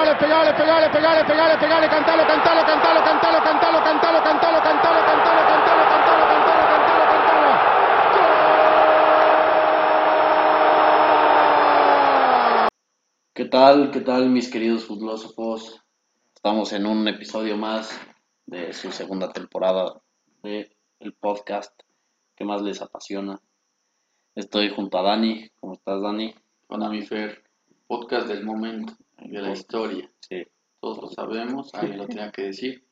pegale, cantalo. ¿Qué tal, mis queridos filósofos? Estamos en un episodio más de su segunda temporada de el podcast que más les apasiona. Estoy junto a Dani. ¿Cómo estás, Dani? Hola, mi Fer, podcast del momento, de la historia. Sí, Todos lo sabemos, alguien lo tenía que decir.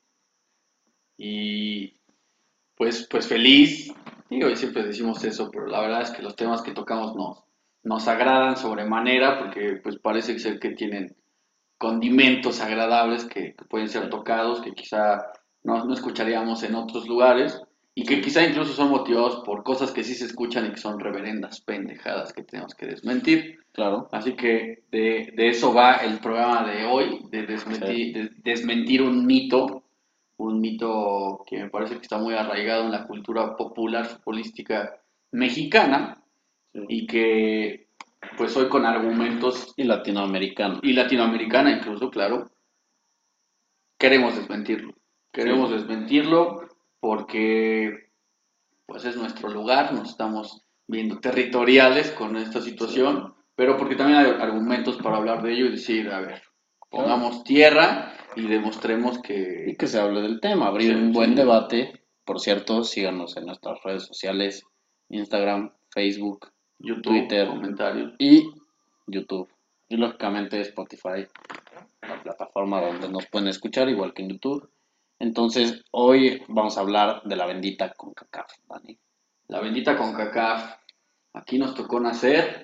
Y pues feliz, digo, y siempre decimos eso, pero la verdad es que los temas que tocamos nos agradan sobremanera porque pues parece ser que tienen condimentos agradables que pueden ser tocados, que quizá no escucharíamos en otros lugares y que quizá incluso son motivados por cosas que sí se escuchan y que son reverendas pendejadas que tenemos que desmentir. claro. Así que de eso va el programa de hoy, de desmentir un mito que me parece que está muy arraigado en la cultura popular futbolística mexicana Sí. y que pues hoy con argumentos Y latinoamericano. y latinoamericana incluso, claro, queremos desmentirlo. Queremos desmentirlo porque pues es nuestro lugar, nos estamos viendo territoriales con esta situación, pero porque también hay argumentos para hablar de ello y decir, a ver, pongamos tierra y demostremos Y que que se hable del tema, abrir un buen debate. Por cierto, síganos en nuestras redes sociales, Instagram, Facebook, YouTube, Twitter comentarios. y YouTube. Y lógicamente Spotify, la plataforma donde nos pueden escuchar, igual que en YouTube. Entonces, hoy vamos a hablar de la bendita CONCACAF, Dani. La bendita CONCACAF, aquí nos tocó nacer,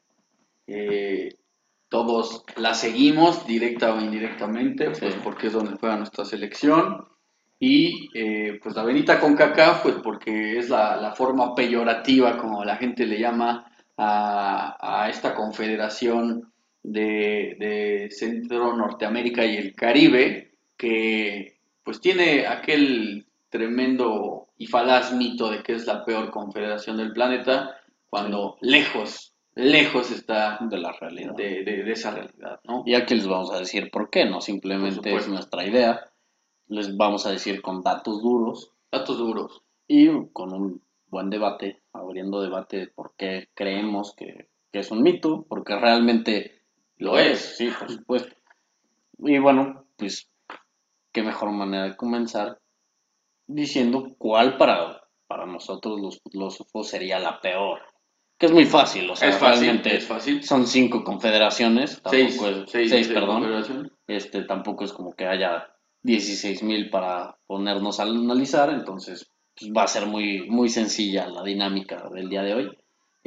todos la seguimos directa o indirectamente, pues porque es donde juega nuestra selección. Y pues la bendita CONCACAF, pues porque es la forma peyorativa, como la gente le llama, a esta confederación de Centro, Norteamérica y el Caribe, que pues tiene aquel tremendo y falaz mito de que es la peor confederación del planeta, cuando lejos está De la realidad. de esa realidad, ¿no? Y aquí les vamos a decir por qué, no simplemente es nuestra idea, les vamos a decir con datos duros Datos duros. y con un buen debate, abriendo debate de por qué creemos que es un mito, porque realmente Lo es. sí, por supuesto. Y bueno, pues qué mejor manera de comenzar diciendo cuál para nosotros los filósofos sería la peor. Que es muy fácil, o sea, Es fácil, realmente es fácil. son 5 confederaciones, tampoco seis, perdón. Confederaciones. Tampoco es como que haya 16,000 para ponernos a analizar, entonces pues, va a ser muy sencilla la dinámica del día de hoy.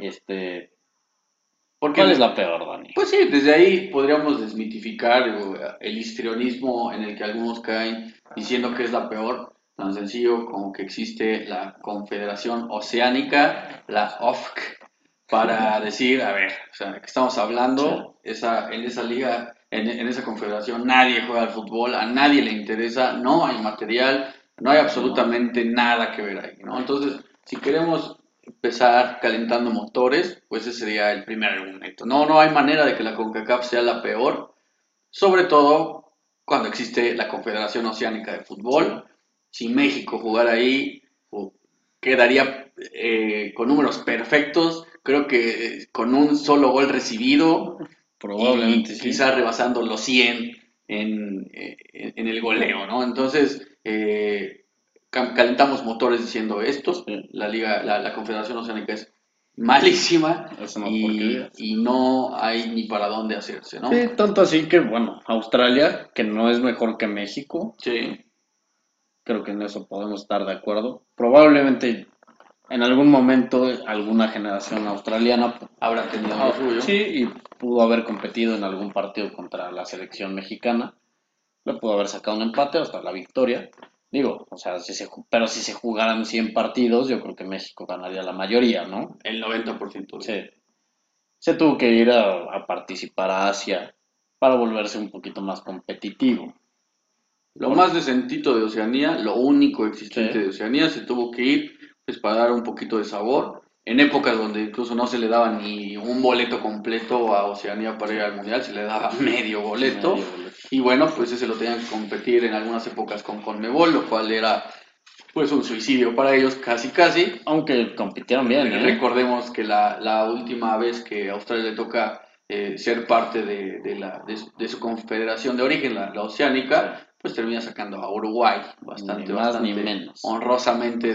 Porque, ¿Cuál es la peor, Dani? pues sí, desde ahí podríamos desmitificar el histrionismo en el que algunos caen diciendo que es la peor, tan sencillo como que existe la Confederación Oceánica, la OFC, para decir, a ver, o sea, ¿qué estamos hablando? En esa liga, en esa confederación nadie juega al fútbol, a nadie le interesa, no hay material, no hay absolutamente nada que ver ahí, ¿no? Entonces, si queremos empezar calentando motores, pues ese sería el primer argumento. No hay manera de que la CONCACAF sea la peor, sobre todo cuando existe la Confederación Oceánica de Fútbol. Si México jugara ahí, quedaría con números perfectos, creo que con un solo gol recibido, Probablemente y sí. quizás rebasando los 100 en el goleo, ¿no? Entonces, calentamos motores diciendo esto, la Confederación Oceánica es malísima y no hay ni para dónde hacerse, ¿no? Sí, tanto así que, bueno, Australia, que no es mejor que México, Sí, creo que en eso podemos estar de acuerdo. Probablemente en algún momento alguna generación australiana habrá tenido lo suyo. sí, y pudo haber competido en algún partido contra la selección mexicana. Le pudo haber sacado un empate hasta la victoria. Digo, o sea, pero si se jugaran 100 partidos, yo creo que México ganaría la mayoría, ¿no? El 90%. Sí. Se tuvo que ir a participar a Asia para volverse un poquito más competitivo. Lo más decentito de Oceanía, lo único existente de Oceanía, se tuvo que ir pues para dar un poquito de sabor. En épocas donde incluso no se le daba ni un boleto completo a Oceanía para ir al Mundial, se le daba medio boleto. Y bueno, pues ese lo tenían que competir en algunas épocas con Conmebol, lo cual era pues un suicidio para ellos casi casi. Aunque compitieron bien, ¿eh? Recordemos que la última vez que a Australia le toca ser parte de su confederación de origen, la oceánica, Sí. pues termina sacando a Uruguay Ni más ni bastante menos. honrosamente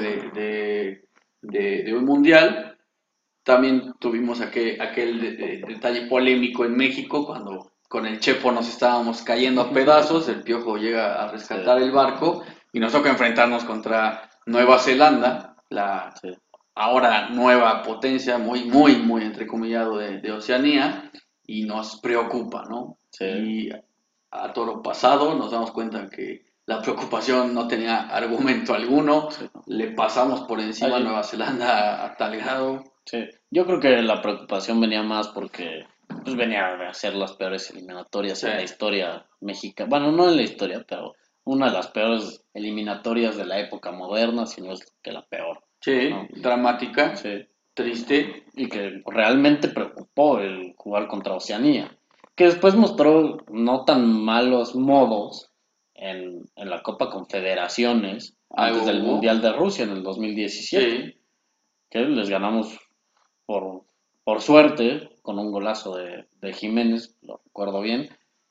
de un mundial. También tuvimos aquel detalle polémico en México cuando con el Chepo nos estábamos cayendo a pedazos, el Piojo llega a rescatar Sí. el barco y nos toca enfrentarnos contra Nueva Zelanda, la Sí. ahora nueva potencia, muy entrecomillado de Oceanía, y nos preocupa, ¿no? Sí. Y a toro pasado nos damos cuenta que la preocupación no tenía argumento alguno, Sí. le pasamos por encima a Nueva Zelanda a tal grado. Sí. Yo creo que la preocupación venía más porque pues venía a ser las peores eliminatorias Sí, en la historia mexicana. Bueno, no en la historia, pero una de las peores eliminatorias de la época moderna, si no es que la peor, sí, ¿no? dramática, Sí. triste. Y que realmente preocupó el jugar contra Oceanía, que después mostró no tan malos modos en la Copa Confederaciones antes Algo del hubo. Mundial de Rusia en el 2017, Sí, que les ganamos por, por suerte con un golazo de Jiménez, lo recuerdo bien,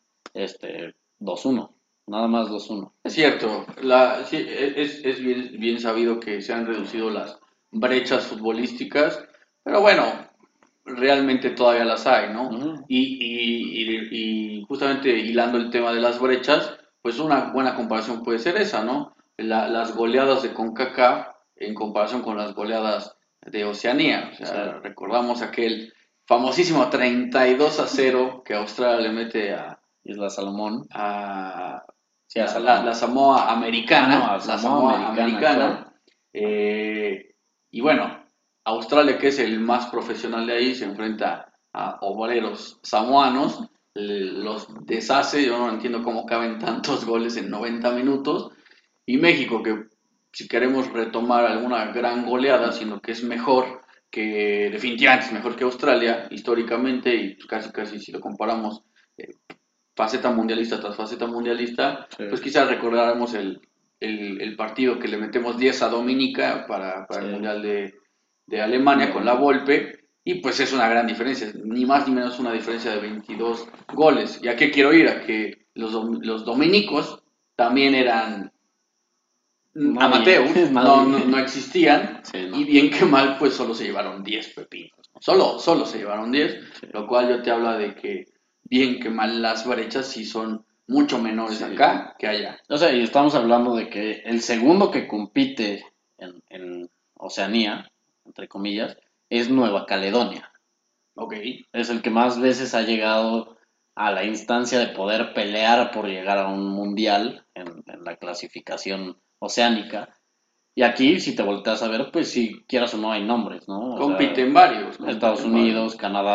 2-1, nada más 2-1. es cierto. Sí, es bien sabido que se han reducido las brechas futbolísticas, pero bueno, realmente todavía las hay, ¿no? Ujú. Y justamente hilando el tema de las brechas, pues una buena comparación puede ser esa, ¿no? Las goleadas de CONCACAF en comparación con las goleadas de Oceanía. O Sí, sea, recordamos aquel famosísimo 32-0 que Australia le mete Isla Salomón, a sí, a Salomón. la Samoa No, americana, a la Samoa Samoa Americana, claro. americana, y bueno, Australia, que es el más profesional de ahí, se enfrenta a obreros samoanos, los deshace, yo no entiendo cómo caben tantos goles en 90 minutos, y México, que si queremos retomar alguna gran goleada, sino que es mejor que, definitivamente es mejor que Australia, históricamente, y casi si lo comparamos faceta mundialista tras faceta mundialista, Sí, pues quizás recordaremos el partido que le metemos 10 a Dominica para el sí, Mundial de Alemania con la Dominica. Volpe, y pues es una gran diferencia, ni más ni menos una diferencia de 22 goles. ¿Y a qué quiero ir? A que los dominicos también eran Nadie, amateurs, no nadie. existían, Sí, y no. bien que mal, pues solo se llevaron 10 pepinos. Solo se llevaron 10, Sí, lo cual yo te habla de que bien que mal las brechas sí son mucho menores sí. acá que allá. O sea, y estamos hablando de que el segundo que compite en Oceanía, entre comillas, es Nueva Caledonia. Ok, Es el que más veces ha llegado a la instancia de poder pelear por llegar a un mundial en la clasificación oceánica. Y aquí, si te volteas a ver, pues si quieras o no hay nombres, ¿no? O sea, Estados compiten varios. Unidos,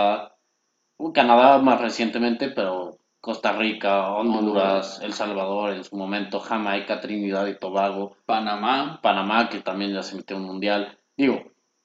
Canadá más recientemente, pero Costa Rica, Honduras, Honduras, El Salvador en su momento, Jamaica, Trinidad y Tobago, Panamá, Panamá, que también ya se metió a un mundial. Digo,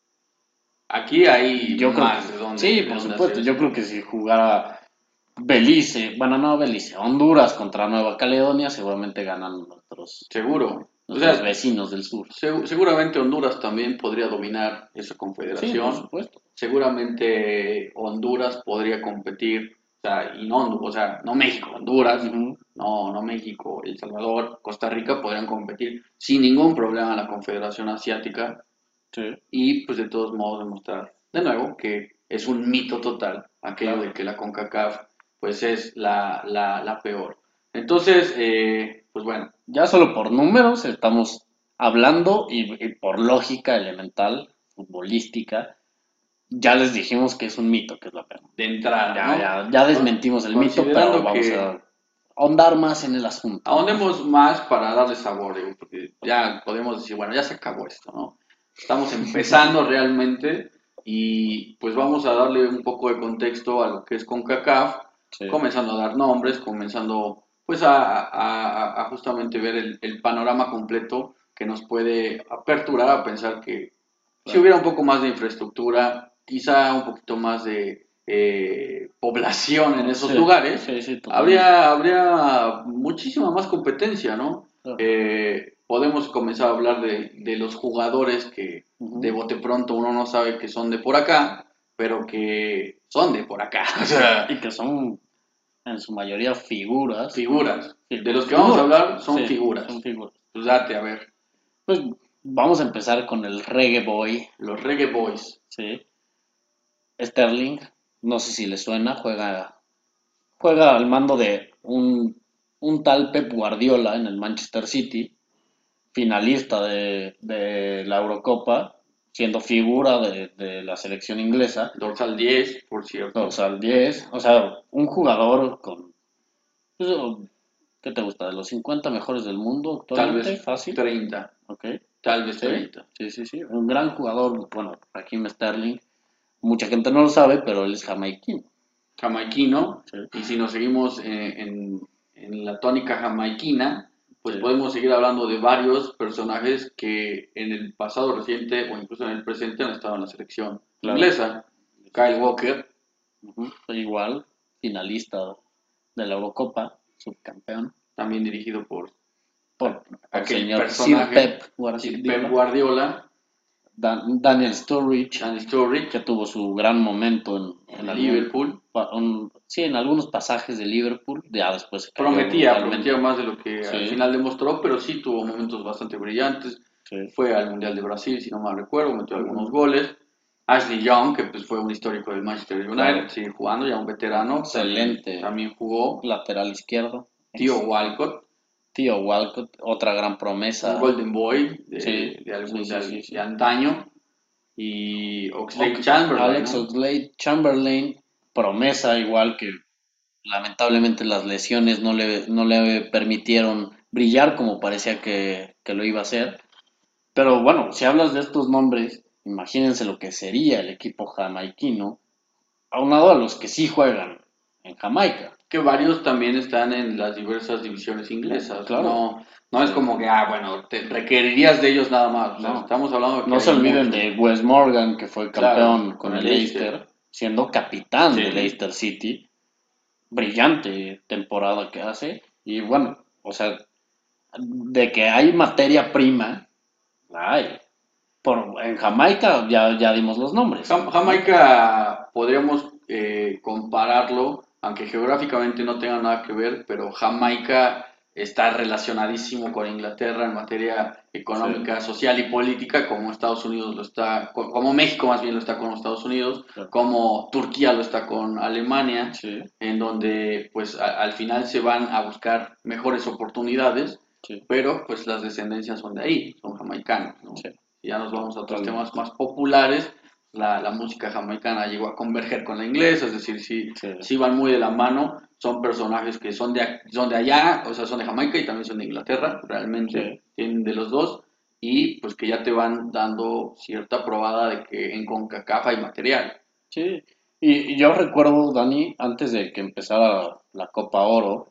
aquí hay yo creo que más sí, de por dónde hacer supuesto, yo creo esto. que si jugara Belice, bueno, no Belice, Honduras contra Nueva Caledonia, seguramente ganan Seguro. O nuestros sea, vecinos del sur. seguramente Honduras también podría dominar esa Sí, por confederación. supuesto. Seguramente Honduras podría competir, o sea, y no, o sea, no México, Honduras, Ujú. no México, El Salvador, Costa Rica podrían competir sin ningún problema en la Confederación Asiática, Sí, y pues de todos modos demostrar de nuevo que es un mito total aquello de claro. que la CONCACAF pues es la peor. Entonces, pues bueno, Ya solo por números estamos hablando y por lógica elemental, futbolística, ya les dijimos que es un mito, que es la pena. de entrada, ¿no? Ya desmentimos el mito, pero Considerando vamos que a ahondar más en el asunto, ¿no? ahondemos más para darle sabor, digo, porque ya podemos decir, bueno, ya se acabó esto, ¿no? Estamos empezando realmente y pues vamos a darle un poco de contexto a lo que es CONCACAF, Sí, comenzando a dar nombres, comenzando pues a justamente ver el panorama completo que nos puede aperturar a pensar que si claro. hubiera un poco más de infraestructura, quizá un poquito más de población en esos Sí, lugares, sí, sí, totalmente. habría muchísima más competencia, ¿no? Claro. Podemos comenzar a hablar de los jugadores que de bote pronto uno no sabe que son de por acá, pero que son de por acá. O sea, Y que son en su mayoría figuras. figuras. De los que vamos a hablar son figuras. Son figuras. Pues date, a ver. Pues vamos a empezar con el Reggae Boy. Los Reggae Boys. Sí. Sterling, no sé si le suena, juega al mando de un tal Pep Guardiola en el Manchester City, finalista de la Eurocopa, siendo figura de la selección inglesa, Dorsal 10, por cierto. dorsal 10, o sea, un jugador con, pues, ¿qué te gusta? De los 50 mejores del mundo Tal actualmente, vez fácil. 30. Ok. Tal vez Sí, 30. sí. Un gran jugador, bueno, Raheem Sterling. Mucha gente no lo sabe, pero él es jamaiquino. Jamaiquino. Sí. Y si nos seguimos en la tónica jamaiquina, pues Sí. podemos seguir hablando de varios personajes que en el pasado reciente o incluso en el presente han estado en la selección inglesa. Kyle Walker. Igual, finalista de la Eurocopa, subcampeón. También dirigido por aquel señor personaje, Sir Pep Guardiola. Daniel Sturridge, Danny Sturridge, que tuvo su gran momento en Liverpool. Sí, en algunos pasajes de Liverpool, ya después se cayó Prometía más de lo que Sí. al final demostró, pero sí tuvo momentos bastante brillantes. Sí. Fue al Mundial de Brasil, si no mal recuerdo, metió algunos goles. Ashley Young, que pues fue un histórico del Manchester United, Claro. sigue jugando, ya un veterano. Excelente. También jugó. Lateral izquierdo. Tío Walcott. Tío Walcott, otra gran promesa. Un Golden Boy Sí, de antaño. Y Oxlade Chamberlain. Alex ¿no? Oxlade Chamberlain, promesa igual que lamentablemente las lesiones no le permitieron brillar como parecía que lo iba a hacer. Pero bueno, si hablas de estos nombres, imagínense lo que sería el equipo jamaiquino, aunado a los que sí juegan en Jamaica. Que varios también están en las diversas divisiones inglesas. Claro. No es como que, bueno, te requerirías de ellos nada más. O sea, No. estamos hablando de que No se hay olviden muchos. de Wes Morgan, que fue campeón Claro, con el Leicester, siendo capitán del Leicester City. Brillante temporada que hace. Y bueno, o sea, de que hay materia prima, la hay. En Jamaica ya dimos los nombres. Jamaica podríamos compararlo, aunque geográficamente no tenga nada que ver, pero Jamaica está relacionadísimo con Inglaterra en materia económica, social y política, como Estados Unidos lo está, como México más bien lo está con los Estados Unidos, como Turquía lo está con Alemania, en donde pues al final se van a buscar mejores oportunidades, pero pues las descendencias son de ahí, son jamaicanos, ¿no? Ya nos vamos a otros temas más populares. La música jamaicana llegó a converger con la inglesa, es decir, sí van muy de la mano. Son personajes que son de allá, o sea, son de Jamaica y también son de Inglaterra, realmente tienen de los dos. Y pues que ya te van dando cierta probada de que en CONCACAF hay material. Sí, y yo recuerdo, Dani, antes de que empezara la Copa Oro,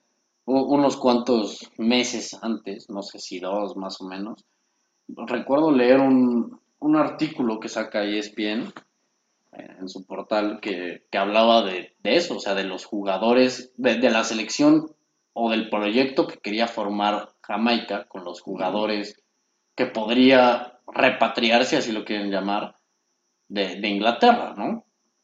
unos cuantos meses antes, no sé si 2 más o menos, recuerdo leer un artículo que saca ESPN en su portal que hablaba de eso, o sea, de los jugadores, de la selección o del proyecto que quería formar Jamaica con los jugadores que podría repatriarse, así lo quieren llamar, de Inglaterra, ¿no?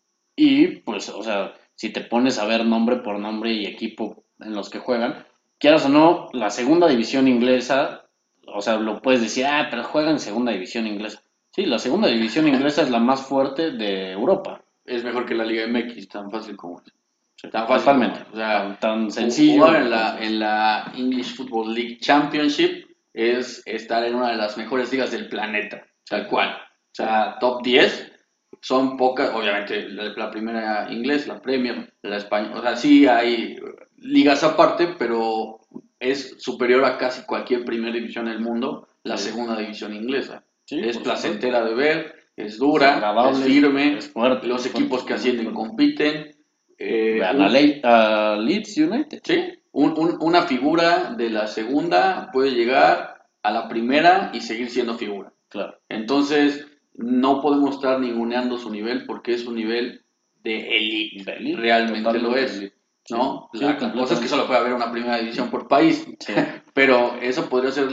Y pues, o sea, si te pones a ver nombre por nombre y equipo en los que juegan, quieras o no, la segunda división inglesa, o sea, lo puedes decir, pero juegan en segunda división inglesa. Sí, la segunda división inglesa es la más fuerte de Europa. Es mejor que la Liga MX, tan fácil como es. Sí, tan fácil como es. O sea, tan sencillo. Jugar en la English Football League Championship es estar en una de las mejores ligas del planeta, tal cual. O sea, top 10 son pocas, obviamente la primera inglés, la Premier, la española, o sea, sí hay ligas aparte, pero es superior a casi cualquier primera división del mundo, la segunda división inglesa. Sí, es placentera de ver, es dura, es firme, es fuerte, los equipos que ascienden compiten. Vean a Leeds United. Sí, una figura de la segunda puede llegar a la primera y seguir siendo figura. Claro. Entonces, no podemos estar ninguneando su nivel porque es un nivel de elite. Realmente lo es. ¿no? Sí, La cosa es que solo puede haber una primera división por país, sí. pero eso podría ser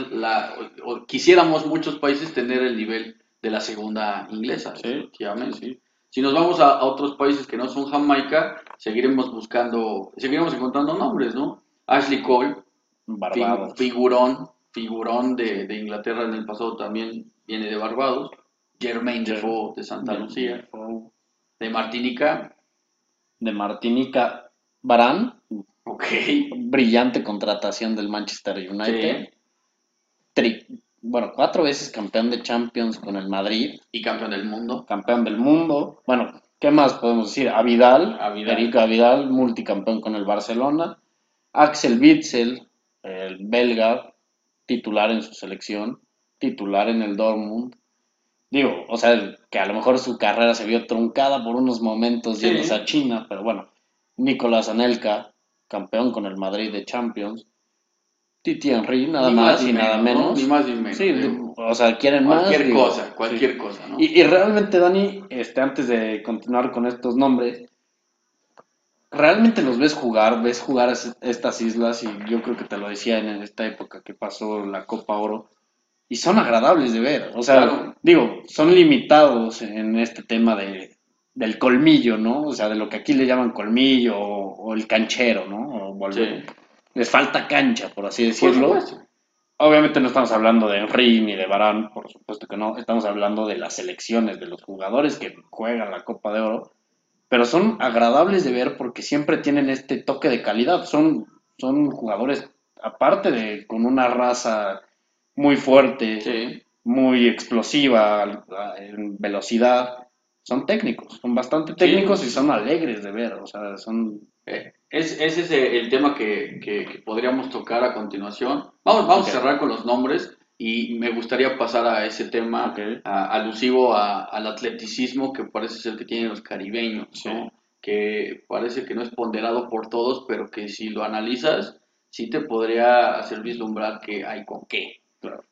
o quisiéramos muchos países tener el nivel de la segunda inglesa, Sí, definitivamente. sí. Si nos vamos a otros países que no son Jamaica, seguiremos encontrando nombres, ¿no? Ashley Cole, Barbados. figurón de Inglaterra en el pasado, también viene de Barbados. Jermaine Defoe de Santa Lucía. Defoe. De Martinica. De Martinica, Varane. Ok. Brillante contratación del Manchester United. Sí. Bueno, 4 veces campeón de Champions con el Madrid. Y campeón del mundo. Campeón del mundo. Bueno, ¿qué más podemos decir? A Vidal. Eric Vidal, multicampeón con el Barcelona. Axel Witsel, el belga, titular en su selección, titular en el Dortmund. Digo, o sea, que a lo mejor su carrera se vio truncada por unos momentos yéndose a China, pero bueno. Nicolás Anelka, campeón con el Madrid de Champions. Titi Henry, nada Ni más ni y nada menos, ¿no? menos. Ni más ni menos. Sí, o sea, quieren más. Cualquier cosa, ¿no? Y realmente, Dani, antes de continuar con estos nombres, realmente los ves jugar estas islas, y yo creo que te lo decía en esta época que pasó la Copa Oro, y son agradables de ver. O sea, Claro. digo, son limitados en este tema del colmillo, ¿no? O sea, de lo que aquí le llaman colmillo o el canchero, ¿no? O volver. Sí. Les falta cancha, por así Por decirlo. supuesto. Obviamente no estamos hablando de Henry ni de Varane, por supuesto que no. Estamos hablando de las selecciones, de los jugadores que juegan la Copa de Oro. Pero son agradables de ver porque siempre tienen este toque de calidad. Son jugadores, aparte de con una raza muy fuerte, Sí. muy explosiva en velocidad, son técnicos, son bastante técnicos Sí. y son alegres de ver. O sea, son... Ese es el tema que podríamos tocar a continuación. Vamos a cerrar con los nombres y me gustaría pasar a ese tema alusivo al atleticismo que parece ser que tienen los caribeños, ¿no? Que parece que no es ponderado por todos, pero que si lo analizas, sí te podría hacer vislumbrar que hay con qué. Claro.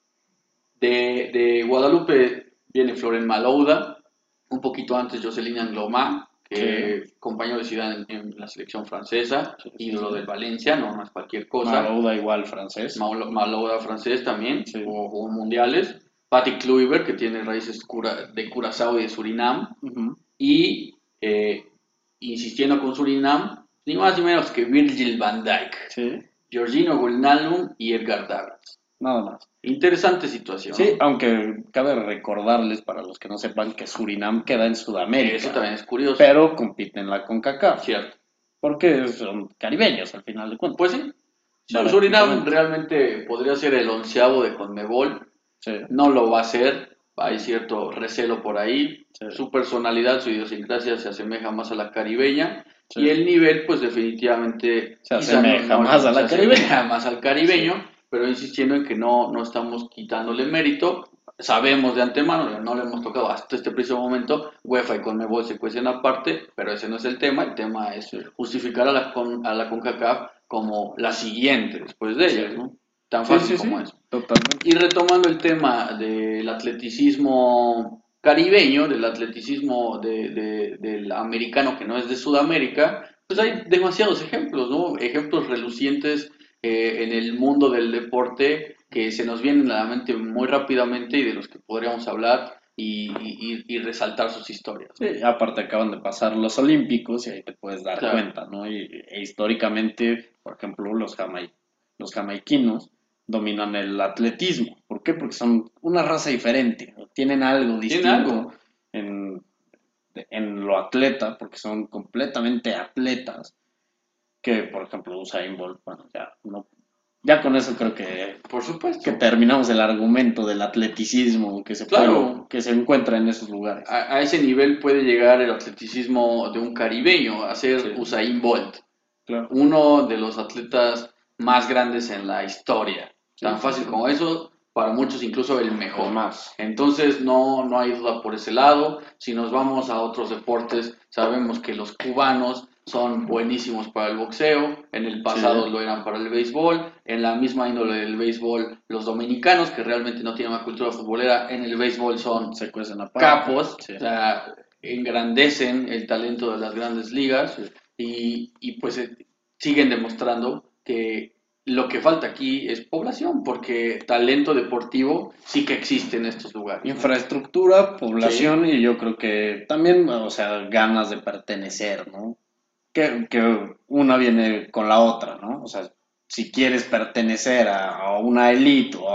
De Guadalupe viene Floren Malouda, un poquito antes Jocelyn Anglomá, compañero de Zidane en la selección francesa, ídolo del Valencia, no es cualquier cosa. Malouda igual francés. Malouda francés también, jugó mundiales. Patrick Kluivert, que tiene raíces de Curazao y de Surinam. Y insistiendo con Surinam, ni más ni menos que Virgil van Dijk, Georgino Wijnaldum y Edgar Davids. Nada más. Interesante situación. Sí, aunque cabe recordarles, para los que no sepan, que Surinam queda en Sudamérica. Eso también es curioso. Pero compiten la CONCACAF. Cierto. Porque son caribeños, al final de cuentas. Pues sí. Surinam realmente podría ser el 11º de CONMEBOL. Sí. No lo va a hacer. Hay cierto recelo por ahí. Sí. Su personalidad, su idiosincrasia se asemeja más a la caribeña. Sí. Y el nivel, pues definitivamente se asemeja más a la caribeña. Más al caribeño. Sí. Pero insistiendo en que no estamos quitándole mérito. Sabemos de antemano, no le hemos tocado hasta este preciso momento, UEFA y CONMEBOL se cuestan aparte, pero ese no es el tema es justificar a la CONCACAF como la siguiente después de ellas, ¿no? Tan fácil como eso. Totalmente. Y retomando el tema del atleticismo caribeño, del atleticismo del americano que no es de Sudamérica, pues hay demasiados ejemplos, ¿no? Ejemplos relucientes en el mundo del deporte que se nos vienen a la mente muy rápidamente y de los que podríamos hablar y resaltar sus historias. Sí, aparte acaban de pasar los Olímpicos y ahí te puedes dar cuenta, ¿no? E históricamente, por ejemplo, los jamaiquinos dominan el atletismo. ¿Por qué? Porque son una raza diferente, tienen algo distinto en lo atleta, porque son completamente atletas, que por ejemplo Usain Bolt, bueno, ya con eso creo que, por supuesto, que terminamos el argumento del atleticismo que se encuentra en esos lugares. A ese nivel puede llegar el atleticismo de un caribeño, a ser Usain Bolt, uno de los atletas más grandes en la historia. Tan fácil como eso, para muchos incluso el mejor. Más. Entonces no hay duda por ese lado. Si nos vamos a otros deportes, sabemos que los cubanos son buenísimos para el boxeo, en el pasado lo eran para el béisbol, en la misma índole del béisbol los dominicanos, que realmente no tienen una cultura futbolera, en el béisbol son capos, o sea, engrandecen el talento de las grandes ligas y pues siguen demostrando que lo que falta aquí es población, porque talento deportivo sí que existe en estos lugares, ¿no? Infraestructura, Sí, población y yo creo que también, o sea, ganas de pertenecer, ¿no? Que una viene con la otra, ¿no? O sea, si quieres pertenecer a una élite o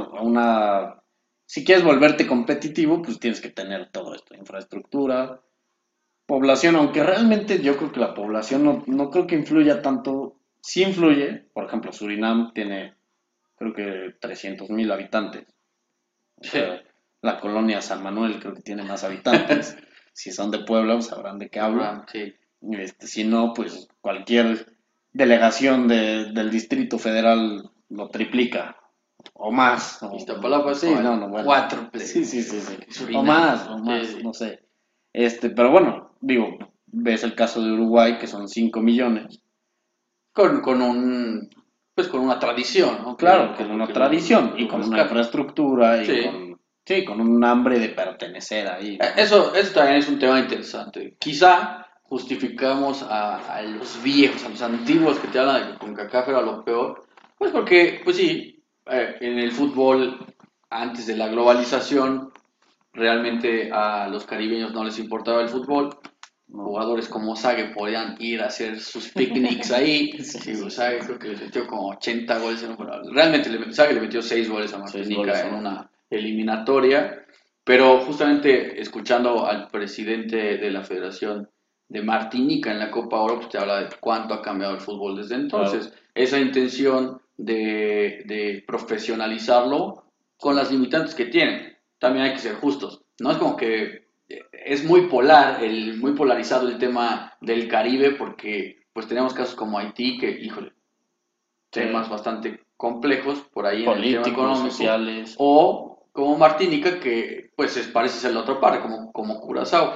si quieres volverte competitivo, pues tienes que tener todo esto, infraestructura, población, aunque realmente yo creo que la población no creo que influya tanto, sí influye, por ejemplo, Surinam tiene creo que 300.000 habitantes, o sí. sea, la colonia San Manuel creo que tiene más habitantes, si son de Puebla, pues sabrán de qué hablo. Abraham, sí. Si no, pues cualquier delegación del Distrito Federal lo triplica o más. Iztapalapa es Sí, como el no, bueno. cuádruple Sí, sí, sí, sí. Surinam. O Sí, más, sí. no sé. Pero bueno, digo, ves el caso de Uruguay, que son 5 millones. Con un, pues con una tradición, ¿no? Claro, Que con es lo una que tradición y lo con una rescata. infraestructura y Sí. sí, con un hambre de pertenecer ahí, ¿no? Eso también es un tema interesante. Quizá justificamos a los viejos, a los antiguos que te hablan de que CONCACAF era lo peor, pues porque, pues sí, en el fútbol, antes de la globalización, realmente a los caribeños no les importaba el fútbol. No. Jugadores como Sague podían ir a hacer sus picnics ahí. Sí, Sí, sí, sí. Sague creo que les metió como 80 goles. Realmente Sague le metió 6 goles a 6 goles Martinica en solo. una eliminatoria. Pero justamente escuchando al presidente de la Federación de Martinica en la Copa Oro, pues te habla de cuánto ha cambiado el fútbol desde Claro, entonces. Esa intención de profesionalizarlo con sí. las limitantes que tienen. También hay que ser justos. No es como que es muy polar, muy polarizado el tema del Caribe porque pues tenemos casos como Haití que, híjole, Sí. temas bastante complejos por ahí en el tema Políticos, económico, sociales. o como Martinica que pues parece ser la otra parte, como Curazao,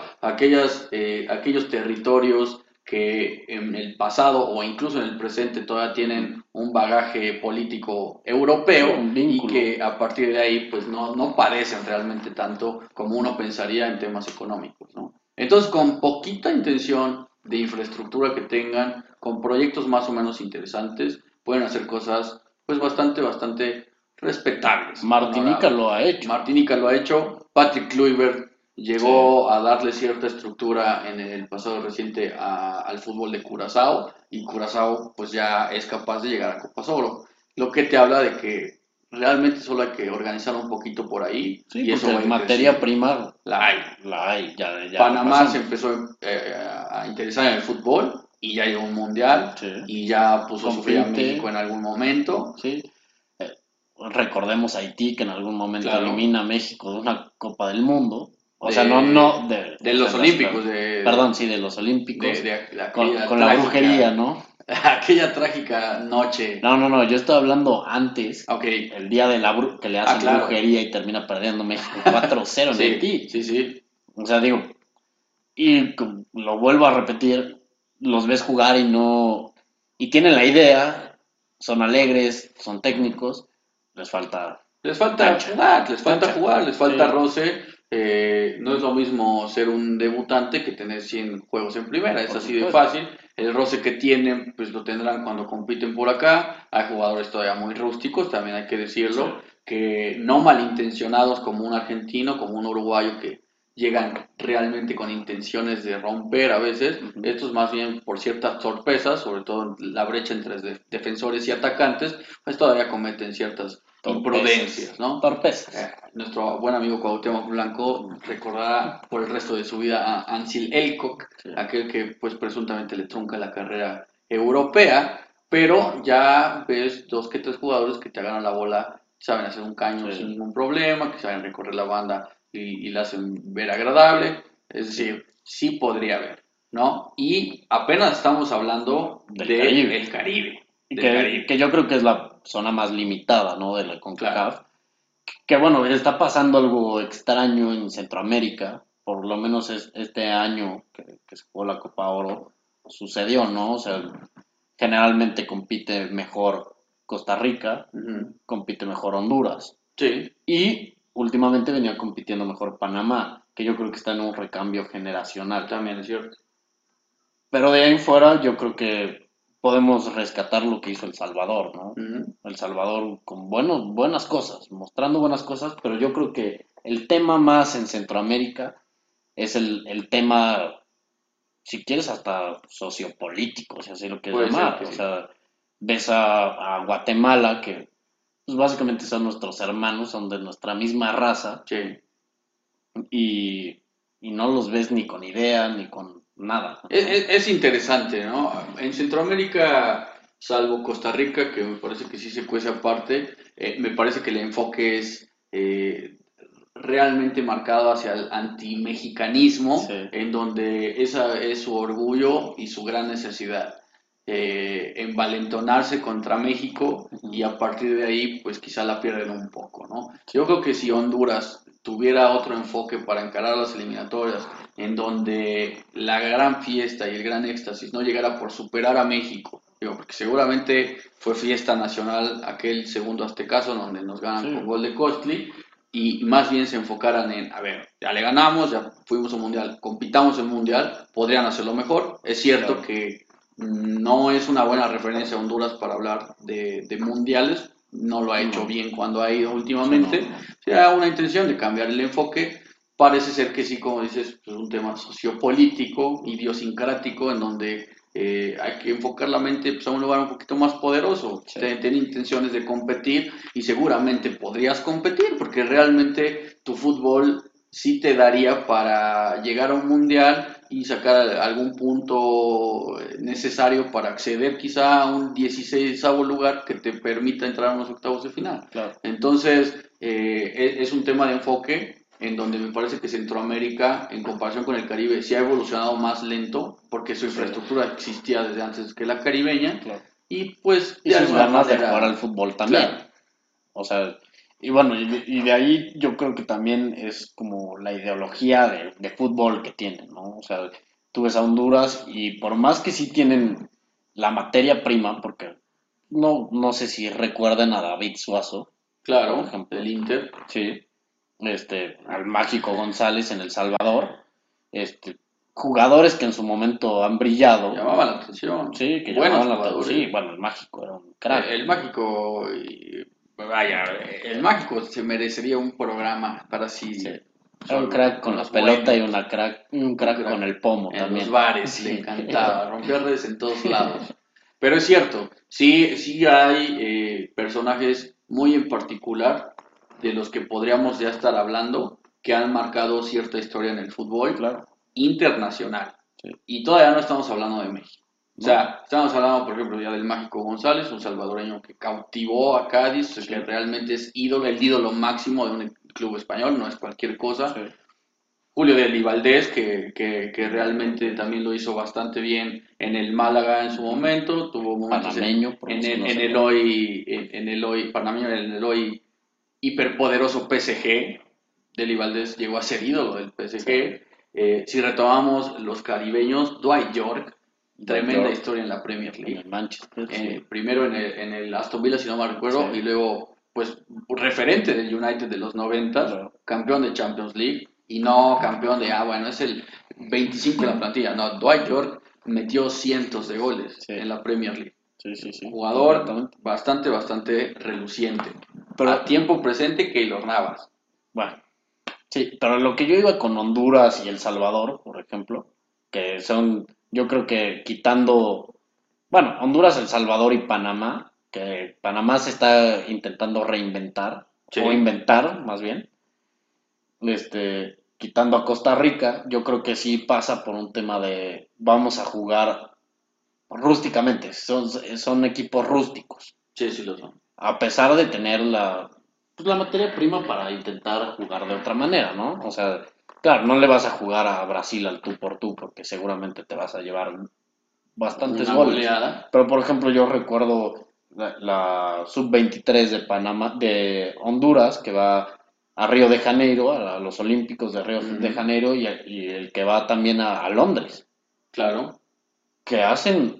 aquellos territorios que en el pasado o incluso en el presente todavía tienen un bagaje político Sí, europeo un y vínculo. que a partir de ahí pues no padecen realmente tanto como uno pensaría en temas económicos, ¿no? Entonces, con poquita intención de infraestructura que tengan, con proyectos más o menos interesantes, pueden hacer cosas pues bastante respetables, Martinica honorables. lo ha hecho. Martinica lo ha hecho, Patrick Kluivert Sí, llegó a darle cierta estructura en el pasado reciente al fútbol de Curazao y Curazao pues ya es capaz de llegar a Copas Oro, lo que te habla de que realmente solo hay que organizar un poquito por ahí sí, y eso porque va a ir materia creciendo. prima La hay. la hay, ya la Panamá se pasamos. empezó a interesar en el fútbol y ya llegó a un mundial Sí, y ya puso a sufrir a México compite, en algún momento. sí. Eh, Recordemos Haití que en algún momento Claro, elimina a México de una Copa del Mundo. O sea, de, de o sea, los Olímpicos, perdón, sí, de los Olímpicos, de aquella con la brujería, trágica, ¿no? aquella trágica noche. No, yo estoy hablando antes, Ok, el día de que le hacen claro, brujería y termina perdiendo México 4-0 en sí, Haití. sí, sí, O sea, digo, y lo vuelvo a repetir, los ves jugar y no, y tienen la idea, son alegres, son técnicos, les falta cancha, les falta cancha, jugar, les falta sí, roce. No es lo mismo ser un debutante que tener 100 juegos en primera, es por así de supuesto, fácil. El roce que tienen, pues lo tendrán cuando compiten por acá. Hay jugadores todavía muy rústicos, también hay que sí, decirlo, que no malintencionados como un argentino, como un uruguayo que llegan realmente con intenciones de romper a veces. ujú, Estos más bien por ciertas torpezas, sobre todo en la brecha entre defensores y atacantes, pues todavía cometen ciertas torpezas, imprudencias, ¿no? torpezas, Nuestro buen amigo Cuauhtémoc Blanco ujú, recordará por el resto de su vida a Ansel Elcock, sí, aquel que pues presuntamente le trunca la carrera europea, pero ya ves dos que tres jugadores que te agarran la bola, saben hacer un caño sin sí, ningún problema, que saben recorrer la banda y la hacen ver agradable, es sí, decir, sí podría haber, ¿no? Y apenas estamos hablando del Caribe. Y del que Caribe, yo creo que es la zona más limitada, ¿no? De la claro. CONCACAF. Que bueno, está pasando algo extraño en Centroamérica, por lo menos este año que se jugó la Copa Oro, sucedió, ¿no? O sea, generalmente compite mejor Costa Rica, Ujú. compite mejor Honduras Sí, y últimamente venía compitiendo mejor Panamá, que yo creo que está en un recambio generacional. también es cierto. Pero de ahí en fuera yo creo que podemos rescatar lo que hizo El Salvador, ¿no? Ujú. El Salvador con buenas cosas, mostrando buenas cosas, pero yo creo que el tema más en Centroamérica es el tema, si quieres, hasta sociopolítico, si así lo quieres Puede ser llamar. que O sí. sea, ves a Guatemala, que pues básicamente son nuestros hermanos, son de nuestra misma raza, Sí. y, y no los ves ni con idea, ni con nada, ¿no? Es interesante, ¿no? En Centroamérica, salvo Costa Rica, que me parece que sí se cuece aparte, me parece que el enfoque es realmente marcado hacia el antimexicanismo, Sí. en donde esa es su orgullo y su gran necesidad. Envalentonarse contra México y Ujú. a partir de ahí, pues quizá la pierden un poco, ¿no? Sí. Yo creo que si Honduras tuviera otro enfoque para encarar las eliminatorias, en donde la gran fiesta y el gran éxtasis no llegara por superar a México, digo, porque seguramente fue fiesta nacional aquel segundo aztecaso donde nos ganan con Sí. gol de Costly, y más bien se enfocaran en, a ver, ya le ganamos, ya fuimos al mundial, compitamos en mundial, podrían hacerlo mejor. Es cierto Claro. que no es una buena referencia a Honduras para hablar de mundiales, no lo ha hecho No. bien cuando ha ido Sí, no, últimamente. no. Sea una intención de cambiar el enfoque. Parece ser que sí, como dices, pues un tema sociopolítico, idiosincrático, en donde hay que enfocar la mente pues, a un lugar un poquito más poderoso. Sí. Tener intenciones de competir y seguramente podrías competir porque realmente tu fútbol sí te daría para llegar a un mundial y sacar algún punto necesario para acceder quizá a un 16º lugar que te permita entrar a unos octavos de final. Claro. Entonces, es un tema de enfoque en donde me parece que Centroamérica, en comparación con el Caribe, sí ha evolucionado más lento, porque su Sí, infraestructura existía desde antes que la caribeña, claro. y pues Y de sus alguna ganas de jugar al manera, fútbol claro, también. O sea, y bueno, y de ahí yo creo que también es como la ideología de fútbol que tienen, ¿no? O sea, tú ves a Honduras y por más que sí tienen la materia prima, porque no sé si recuerdan a David Suazo, por claro, el ejemplo, Inter sí, al Mágico González en El Salvador, jugadores que en su momento han brillado, llamaba la atención, sí, que buenos llamaban la atención, sí, jugadores. bueno, el Mágico era un crack, El Mágico, vaya, el Mágico se merecería un programa para sí. sí Era un solo, crack con con la los pelota y bohemios, un un crack con crack el pomo en los también. bares, le Sí. encantaba, rompía redes en todos lados. Pero es cierto, sí hay personajes muy en particular de los que podríamos ya estar hablando que han marcado cierta historia en el fútbol Claro, internacional. sí. Y todavía no estamos hablando de México. O ¿No? sea, estamos hablando, por ejemplo, ya del Mágico González, un salvadoreño que cautivó a Cádiz, que Sí, realmente es ídolo, el ídolo máximo de un club español, no es cualquier cosa. sí. Julio de Valdés, que realmente también lo hizo bastante bien en el Málaga en su momento, tuvo momentos Panameño, por en los que el, no en el sepan. hoy, en el hoy, panameño, en el hoy hiperpoderoso PSG. Deli Valdés llegó a ser ídolo del Sí. PSG. Si retomamos los caribeños, Dwight York, Dwight tremenda York historia en la Premier en el League. Manchester, sí. Primero en el Aston Villa, si no me Sí, recuerdo, y luego, pues, referente del United de los 90, claro. campeón de Champions League, y no campeón de, bueno, es el 25 de la plantilla. No, Dwight York metió cientos de goles Sí, en la Premier League. sí, sí, sí, Jugador completamente. bastante reluciente. Pero, A tiempo presente, Keylor Navas. bueno, sí, pero lo que yo iba con Honduras y El Salvador, por ejemplo, que son, yo creo que quitando, bueno, Honduras, El Salvador y Panamá, que Panamá se está intentando reinventar, o Sí, inventar más bien, quitando a Costa Rica, yo creo que sí pasa por un tema de vamos a jugar rústicamente, son equipos rústicos, sí, sí lo son. a pesar de tener pues, la materia prima para intentar jugar de otra manera, ¿no? O sea, claro, no le vas a jugar a Brasil al tú por tú, porque seguramente te vas a llevar bastantes Una goles. goleada. Pero, por ejemplo, yo recuerdo la sub-23 de Panamá, de Honduras, que va a Río de Janeiro, a los Olímpicos de Río de Ujú, Janeiro, y el que va también a Londres, claro. que hacen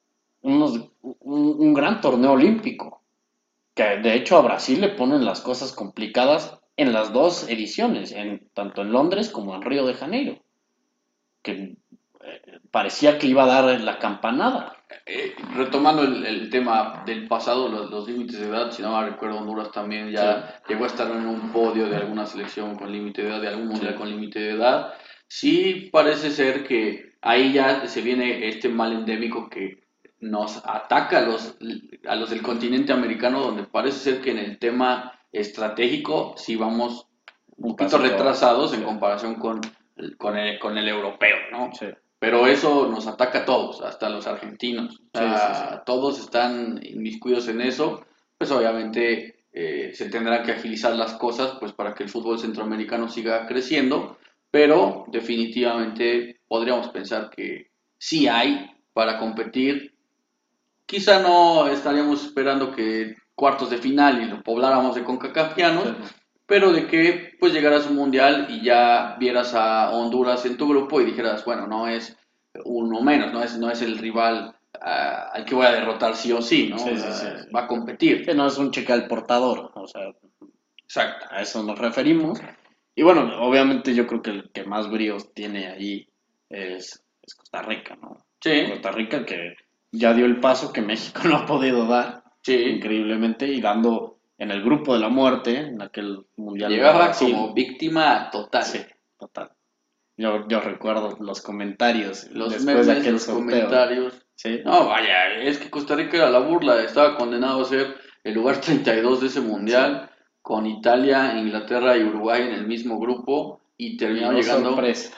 un gran torneo olímpico, que de hecho a Brasil le ponen las cosas complicadas en las dos ediciones, tanto en Londres como en Río de Janeiro, que parecía que iba a dar la campanada. retomando el tema del pasado, los límites de edad, si no me recuerdo, Honduras también ya llegó a estar en un podio de alguna selección con límite de edad, de algún mundial con límite de edad. Sí parece ser que ahí ya se viene este mal endémico que nos ataca a los del continente americano, donde parece ser que en el tema estratégico sí vamos un poquito retrasados en comparación con el europeo, ¿no? Sí. Pero eso nos ataca a todos, hasta los argentinos. Todos están inmiscuidos en eso. Pues obviamente se tendrán que agilizar las cosas pues para que el fútbol centroamericano siga creciendo, pero definitivamente podríamos pensar que sí hay para competir. Quizá no estaríamos esperando que cuartos de final y lo pobláramos de CONCACAFianos, pero de que pues llegaras a un mundial y ya vieras a Honduras en tu grupo y dijeras, bueno, no es uno menos, no es el rival al que voy a derrotar sí o sí, ¿no? Sí. Va a competir. Que no es un cheque al portador, o sea, exacto. A eso nos referimos. Y bueno, obviamente yo creo que el que más bríos tiene ahí es Costa Rica, ¿no? Sí. Costa Rica que ya dio el paso que México no ha podido dar, increíblemente, y dando en el grupo de la muerte, en aquel mundial. Llegaba como víctima total. Sí, total. Yo recuerdo los comentarios los después memes, de aquel los sorteo. comentarios. ¿Sí? No, vaya, es que Costa Rica era la burla, estaba condenado a ser el lugar 32 de ese mundial, con Italia, Inglaterra y Uruguay en el mismo grupo, y terminó llegando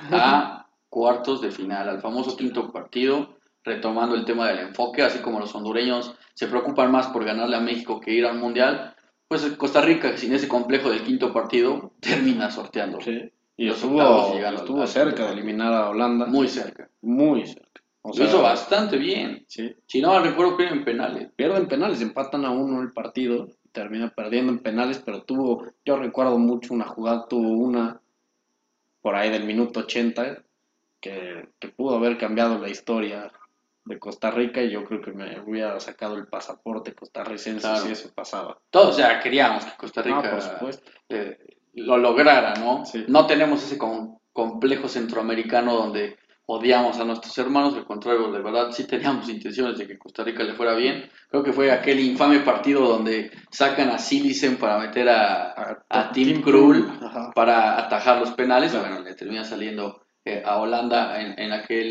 a cuartos de final, al famoso quinto partido, retomando el tema del enfoque, así como los hondureños se preocupan más por ganarle a México que ir al mundial, pues Costa Rica, sin ese complejo del quinto partido, termina sorteando. Sí. Y estuvo cerca de eliminar a Holanda. Muy cerca. Muy cerca. Lo hizo bastante bien. Sí. Si no recuerdo, pierden penales. Pierden penales, empatan a 1 el partido, termina perdiendo en penales, pero yo recuerdo mucho una jugada, tuvo una por ahí del minuto 80 que pudo haber cambiado la historia de Costa Rica y yo creo que me hubiera sacado el pasaporte costarricense si eso pasaba. Todos ya queríamos que Costa Rica por supuesto. Lo lograra, ¿no? Sí. No tenemos ese complejo centroamericano donde odiamos a nuestros hermanos, al contrario, de verdad sí teníamos intenciones de que Costa Rica le fuera bien. Creo que fue aquel infame partido donde sacan a Silicen para meter a Tim Krul para atajar los penales, y bueno, le termina saliendo a Holanda en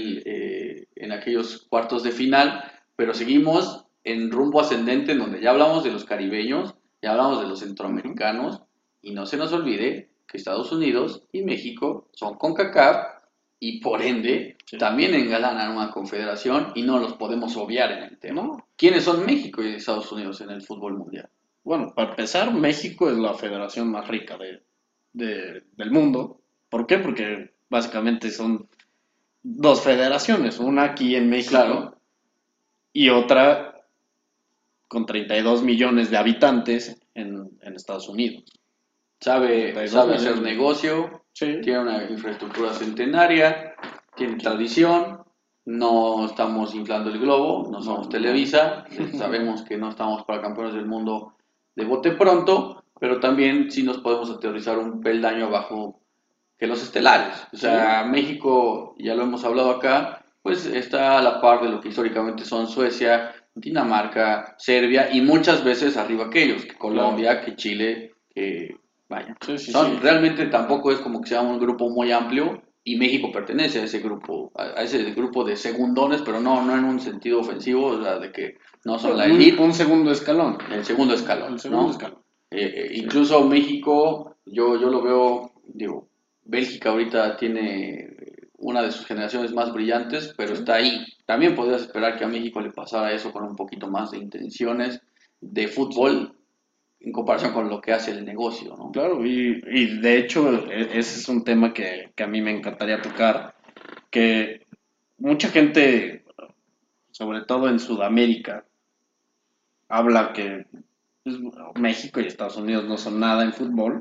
aquellos cuartos de final, pero seguimos en rumbo ascendente en donde ya hablamos de los caribeños, ya hablamos de los centroamericanos, y no se nos olvide que Estados Unidos y México son CONCACAF y por ende también engalanan una confederación y no los podemos obviar en el tema. No. ¿Quiénes son México y Estados Unidos en el fútbol mundial? Bueno, para empezar, México es la federación más rica del mundo. ¿Por qué? Porque básicamente son dos federaciones, una aquí en México y otra con 32 millones de habitantes en Estados Unidos. Sabe hacer negocio, tiene una infraestructura centenaria, tiene tradición, no estamos inflando el globo, no somos Televisa, sabemos que no estamos para campeones del mundo de bote pronto, pero también sí nos podemos aterrizar un peldaño abajo que los estelares. O sea, México, ya lo hemos hablado acá, pues está a la par de lo que históricamente son Suecia, Dinamarca, Serbia y muchas veces arriba aquellos, que Colombia, que Chile, que vaya. Realmente tampoco es como que sea un grupo muy amplio y México pertenece a ese grupo de segundones, pero no en un sentido ofensivo, o sea, de que no son la elite. Un segundo escalón. El segundo escalón. Incluso México, yo lo veo, digo, Bélgica ahorita tiene una de sus generaciones más brillantes, pero está ahí. También podrías esperar que a México le pasara eso con un poquito más de intenciones de fútbol en comparación con lo que hace el negocio, ¿no? Claro, y de hecho ese es un tema que a mí me encantaría tocar, que mucha gente, sobre todo en Sudamérica, habla que pues, México y Estados Unidos no son nada en fútbol,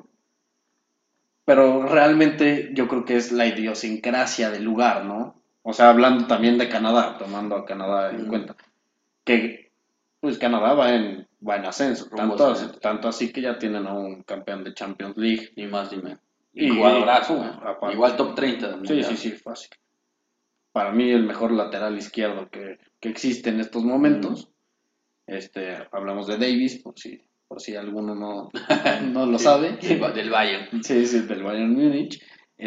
pero realmente yo creo que es la idiosincrasia del lugar, ¿no? O sea, hablando también de Canadá, tomando a Canadá en cuenta, que pues Canadá va en ascenso, tanto así que ya tienen a un campeón de Champions League. Ni más ni menos. Y jugadorazo, igual top 30 del mundial. Sí, fácil. para mí el mejor lateral izquierdo que existe en estos momentos. Hablamos de Davis, por si alguno no lo Sí, sabe. del Bayern. Sí, sí, del Bayern Múnich.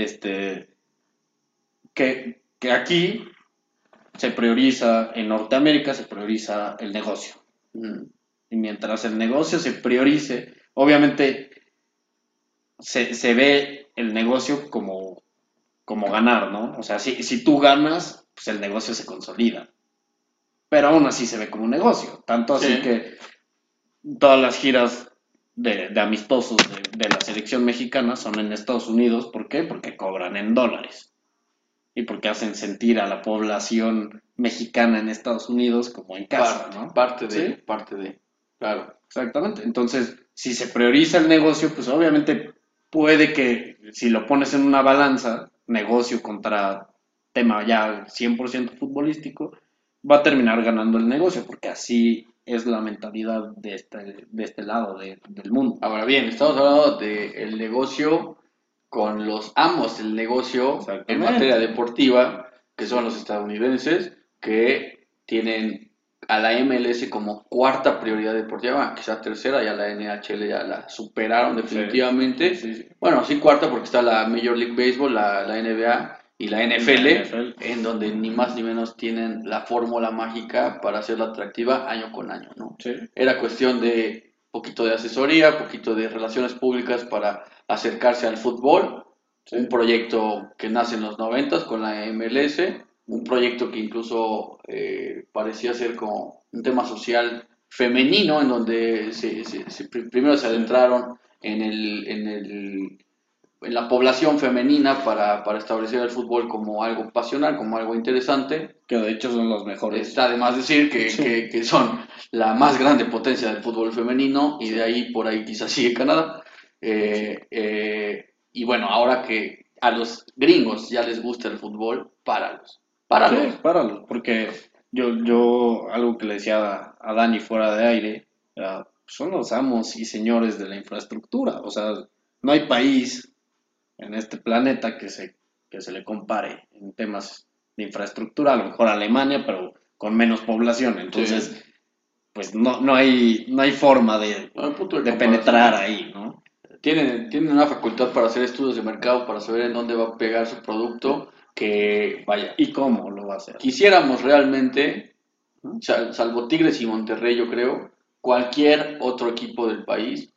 Que aquí se prioriza, en Norteamérica se prioriza el negocio. Y mientras el negocio se priorice, obviamente se ve el negocio como ganar, ¿no? O sea, si tú ganas, pues el negocio se consolida. Pero aún así se ve como un negocio. Tanto así Sí. que todas las giras de amistosos de la selección mexicana son en Estados Unidos. ¿Por qué? Porque cobran en dólares. Y porque hacen sentir a la población mexicana en Estados Unidos como en casa, ¿no? Parte ¿Sí? de, claro. Exactamente. Entonces, si se prioriza el negocio, pues obviamente puede que si lo pones en una balanza, negocio contra tema ya 100% futbolístico, va a terminar ganando el negocio, porque así es la mentalidad de este lado del mundo. Ahora bien, estamos hablando del negocio con los amos del negocio en materia Exactamente. deportiva, que son los estadounidenses, que tienen a la MLS como cuarta prioridad deportiva, quizás tercera, ya la NHL ya la superaron definitivamente. Sí, sí. Bueno, sí cuarta porque está la Major League Baseball, la NBA y la NFL, La NFL. en donde ni más ni menos tienen la fórmula mágica para hacerla atractiva año con año, ¿no? Sí. Era cuestión de poquito de asesoría, poquito de relaciones públicas para acercarse al fútbol. Sí. Un proyecto que nace en los 90 con la MLS, un proyecto que incluso parecía ser como un tema social femenino, en donde primero se adentraron en la población femenina para establecer el fútbol como algo pasional, como algo interesante. Que de hecho son los mejores. Está de más decir que son la más grande potencia del fútbol femenino y de ahí por ahí quizás sigue Canadá. Y bueno, ahora que a los gringos ya les gusta el fútbol, páralos. Sí, páralos, porque yo algo que le decía a Dani fuera de aire, son los amos y señores de la infraestructura. O sea, no hay país en este planeta que se le compare en temas de infraestructura, a lo mejor Alemania, pero con menos población. Entonces, sí, pues no hay forma de penetrar ahí, ¿no? Tienen una facultad para hacer estudios de mercado, para saber en dónde va a pegar su producto, que vaya. ¿Y cómo lo va a hacer? Quisiéramos realmente, salvo Tigres y Monterrey, yo creo, cualquier otro equipo del país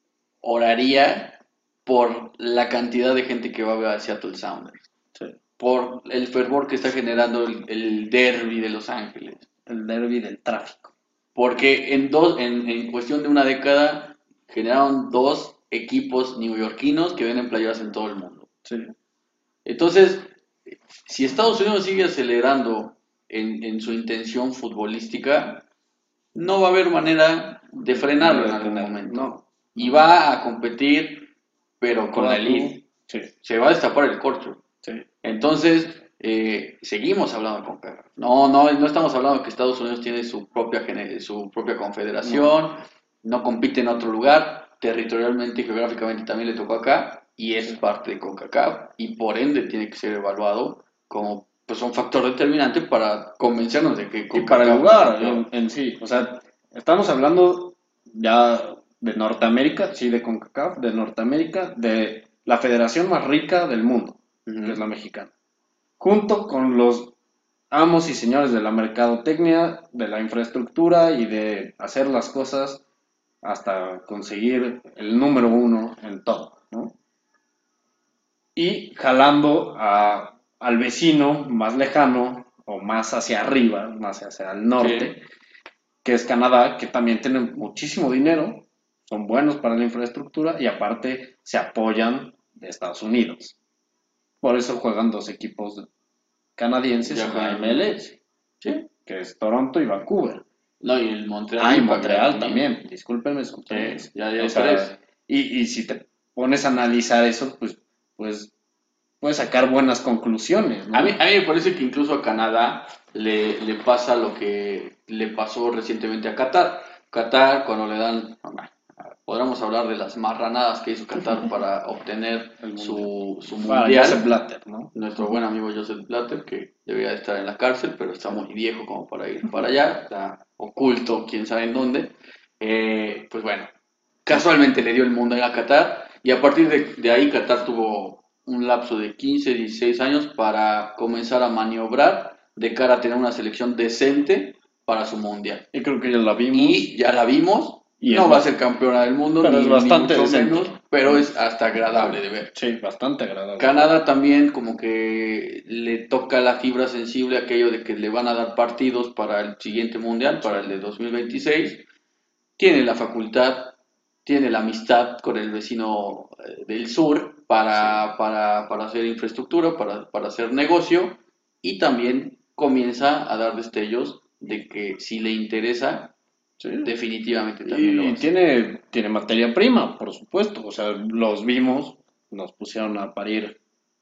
oraría por la cantidad de gente que va a ver a Seattle Sounders. Sí. Por el fervor que está generando el derby de Los Ángeles. El derby del tráfico. Porque en cuestión de una década generaron dos equipos neoyorquinos que venden playeras en todo el mundo. Sí. Entonces, si Estados Unidos sigue acelerando en su intención futbolística, no va a haber manera de frenarlo en algún momento. No. Y va a competir, pero con la elite. Sí. Se va a destapar el corcho. Sí. Entonces, seguimos hablando con CONCACAF. No estamos hablando que Estados Unidos tiene su propia confederación, no compite en otro lugar, territorialmente y geográficamente también le tocó acá, y es parte de CONCACAF, y por ende tiene que ser evaluado como pues, un factor determinante para convencernos de que CONCACAF... Y para el lugar en sí, o sea, estamos hablando ya de Norteamérica, sí, de CONCACAF, de Norteamérica, de la federación más rica del mundo, que es la mexicana, junto con los amos y señores de la mercadotecnia, de la infraestructura y de hacer las cosas hasta conseguir el número uno en todo, ¿no? Y jalando al vecino más lejano o más hacia arriba, más hacia el norte, sí, que es Canadá, que también tiene muchísimo dinero, son buenos para la infraestructura y aparte se apoyan de Estados Unidos. Por eso juegan dos equipos canadienses en la MLS, ¿sí? Que es Toronto y Vancouver. No, y el Montreal. Y Montreal también. Discúlpenme, son tres. Ya tres. Y si te pones a analizar eso, pues puedes sacar buenas conclusiones, ¿no? A mí me parece que incluso a Canadá le pasa lo que le pasó recientemente a Qatar. Qatar, cuando le dan, podríamos hablar de las marranadas que hizo Qatar para obtener El su Para mundial. Joseph Blatter, ¿no? Nuestro buen amigo Joseph Blatter, que debería estar en la cárcel, pero está muy viejo como para ir para allá, está oculto, quién sabe en dónde. Pues bueno, casualmente le dio el mundial a Qatar y a partir de ahí Qatar tuvo un lapso de 15, 16 años para comenzar a maniobrar de cara a tener una selección decente para su mundial. Y creo que ya la vimos. Y ya la vimos, Y no es va a ser campeona del mundo, pero ni, es bastante ni mucho decente. menos, pero es hasta agradable de ver. Sí, bastante agradable. Canadá también como que le toca la fibra sensible aquello de que le van a dar partidos para el siguiente mundial, para el de 2026. Tiene la facultad, tiene la amistad con el vecino del sur para hacer infraestructura, para hacer negocio y también comienza a dar destellos de que si le interesa, Sí. definitivamente también lo va a Y hacer. tiene materia prima, por supuesto. O sea, los vimos, nos pusieron a parir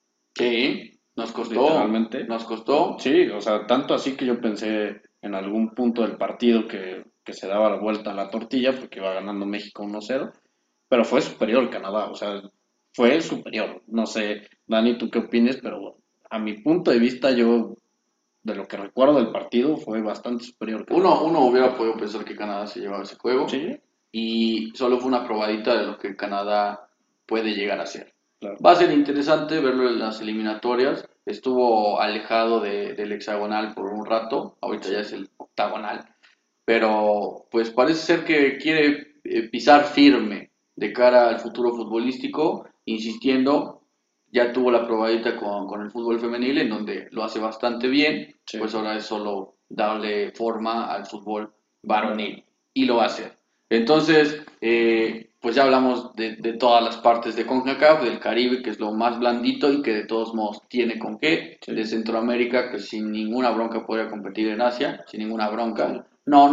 Sí, nos costó, literalmente. nos costó. Sí, o sea, tanto así que yo pensé en algún punto del partido que se daba la vuelta a la tortilla porque iba ganando México 1-0, pero fue superior Canadá, o sea, fue superior. No sé, Dani, tú qué opines, pero a mi punto de vista, yo, de lo que recuerdo del partido, fue bastante superior Canadá. Uno hubiera podido pensar que Canadá se llevaba ese juego Sí, y solo fue una probadita de lo que Canadá puede llegar a ser. claro. Va a ser interesante verlo en las eliminatorias. Estuvo alejado del hexagonal por un rato, ahorita ya es el octagonal, pero pues parece ser que quiere pisar firme de cara al futuro futbolístico, insistiendo. Ya tuvo la probadita con el fútbol femenil, en donde lo hace bastante bien, Sí. pues ahora es solo darle forma al fútbol varonil, y lo va a hacer. Entonces, pues ya hablamos de todas las partes de CONCACAF, del Caribe, que es lo más blandito y que de todos modos tiene con qué, Sí. de Centroamérica, que sin ninguna bronca podría competir en Asia, sin ninguna bronca.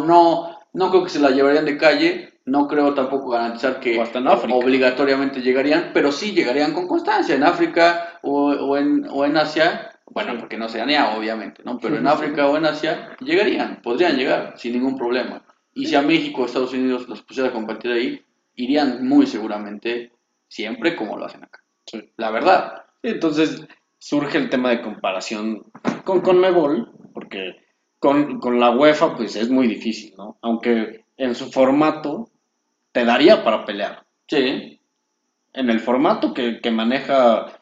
No creo que se la llevarían de calle, no creo tampoco garantizar que O hasta en África. obligatoriamente llegarían, pero sí llegarían con constancia en África o en Asia, bueno, Sí. porque no sea Oceanía, obviamente, ¿no? Pero en Sí. África o en Asia llegarían, podrían llegar sin ningún problema. Y si a México o Estados Unidos los pusiera a competir ahí, irían muy seguramente siempre como lo hacen acá. Sí. La verdad. Entonces surge el tema de comparación con CONMEBOL, porque con la UEFA pues es muy difícil, ¿no? Aunque en su formato te daría para pelear. Sí, En el formato que maneja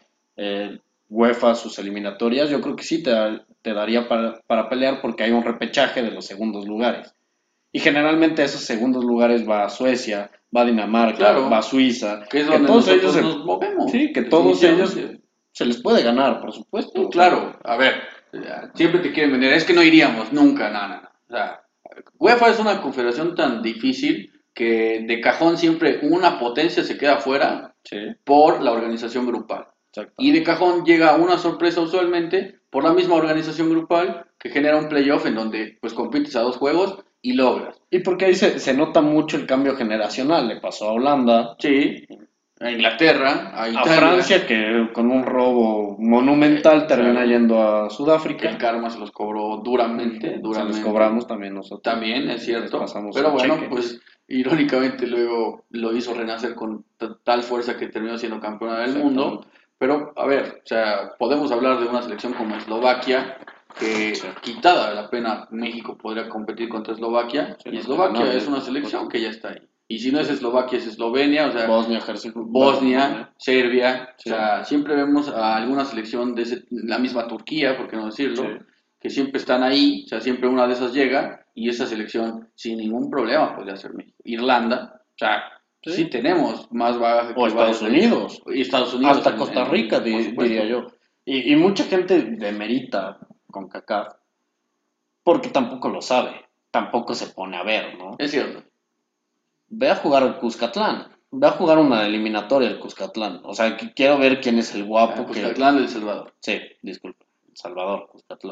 UEFA sus eliminatorias, yo creo que sí te daría para pelear porque hay un repechaje de los segundos lugares. Y generalmente esos segundos lugares va a Suecia, va a Dinamarca, claro, va a Suiza, que es que donde todos nosotros ellos nos movemos. sí, que todos ellos definitivamente. se les puede ganar, por supuesto. Sí, O sea, claro, a ver, siempre te quieren vender, es que no iríamos nunca, nada. O sea, UEFA es una confederación tan difícil que de cajón siempre una potencia se queda fuera sí, por la organización grupal. exacto. Y de cajón llega una sorpresa usualmente por la misma organización grupal que genera un playoff en donde pues compites a dos juegos y logras. Y porque ahí se nota mucho el cambio generacional. Le pasó a Holanda, Sí, a Inglaterra, a a Italia, Francia, que con un robo monumental termina claro, yendo a que el Sudáfrica. karma se los cobró duramente, Se duramente. les cobramos también nosotros. También es Les cierto, pasamos pero el bueno, cheque. pues irónicamente luego lo hizo renacer con tal fuerza que terminó siendo campeona del mundo. Exactamente. Pero a ver, o sea, podemos hablar de una selección como Eslovaquia, que Sí. quitada de la pena México podría competir contra Eslovaquia, Sí, y nos Eslovaquia ganó, es una por selección supuesto. que ya está ahí. Y si no es Eslovaquia, es Eslovenia, o sea, Bosnia, Herzegovina. Bosnia, Serbia, Sí. o sea, siempre vemos a alguna selección de la misma Turquía, por qué no decirlo, Sí. que siempre están ahí, o sea, siempre una de esas llega y esa selección sin ningún problema podría ser México. Irlanda, o sea, Sí. sí tenemos más bagaje O que Estados varios de Unidos. ellos. Y Estados Unidos. Hasta Costa Rica, por supuesto. diría yo. Y mucha gente demerita con CACAF porque tampoco lo sabe. Tampoco se pone a ver, ¿no? Es cierto. Ve a jugar al Cuscatlán. Ve a jugar una eliminatoria al Cuscatlán. O sea, quiero ver quién es el guapo que... Cuscatlán del Salvador. Sí, disculpa. El Salvador, Cuscatlán.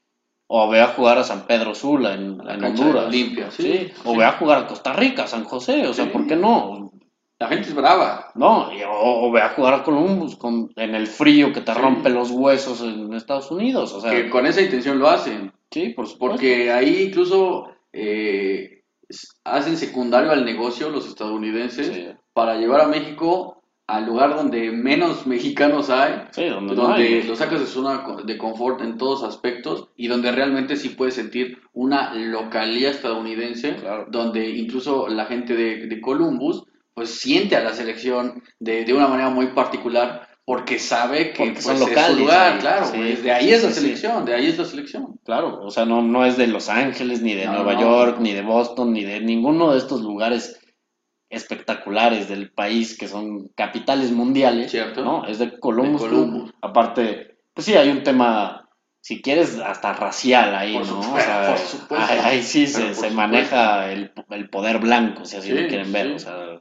O ve a jugar a San Pedro Sula en La cancha Honduras. de Olimpia, sí. O ve a jugar a Costa Rica, San José. O sea, Sí. ¿por qué no? La gente es brava. No, o ve a jugar a Columbus en el frío que te Sí. rompe los huesos en Estados Unidos. O sea, Que con esa intención lo hacen. sí, por supuesto. Porque ahí incluso hacen secundario al negocio los estadounidenses Sí, para llevar a México al lugar donde menos mexicanos hay, sí, donde no hay donde lo México. sacas de zona de confort en todos aspectos y donde realmente sí puedes sentir una localía estadounidense, Claro, donde incluso la gente de Columbus pues siente a la selección de una manera muy particular porque sabe que porque son pues es su locales lugar, ahí, claro, sí, es de ahí sí, es la sí, sí. selección, de ahí es la selección. Claro, o sea, no es de Los Ángeles, ni de No, no, Nueva no, York, no. ni de Boston, ni de ninguno de estos lugares espectaculares del país que son capitales mundiales, ¿Cierto? ¿no? Es de De Columbus Crew. Columbus. Aparte, pues sí, hay un tema, si quieres, hasta racial ahí, Por ¿no? O supuesto, por sea, ahí, supuesto, ahí sí pero por se supuesto. maneja el poder blanco, si así lo Sí, quieren ver. O sí, sea,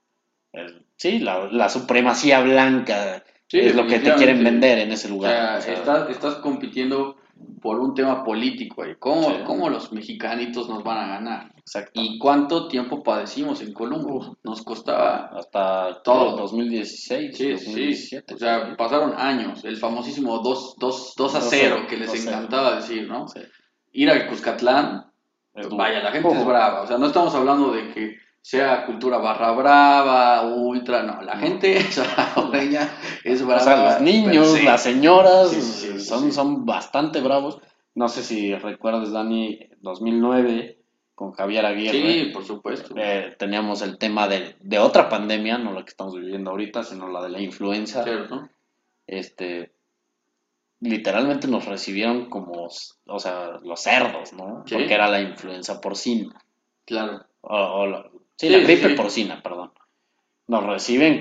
sí, la supremacía blanca sí, es lo que te quieren definitivamente. vender en ese O lugar. sea, O sea, estás compitiendo por un tema político ahí. sí, ¿Cómo los mexicanitos nos van a ganar? ¿Y exactamente. cuánto tiempo padecimos en Uf, Columbus? Nos costaba hasta, ¿qué? todo. 2016, Sí, sí. 2017, O por sea, ahí. pasaron años. El famosísimo 2 a 2-0, 0 que les 2-0. encantaba decir, ¿no? Sí, Ir al Cuscatlán. es duro. Vaya, la gente es brava, o sea, no estamos hablando de que sea cultura barra brava, ultra, no, la No. gente salvadoreña es O sea, los brava, per niños, las se. señoras, Sí, sí, sí, sí, son, sí. son bastante bravos. No sé si recuerdas, Dani, 2009, con Javier Aguirre, Sí, por supuesto. teníamos el tema de otra pandemia, no la que estamos viviendo ahorita, sino la de la influenza. ¿Cierto? Este, literalmente nos recibieron como, o sea, los cerdos, ¿no? Porque Sí, era la influenza porcina. claro. Sí, la Sí, sí, gripe sí. porcina, perdón. Nos reciben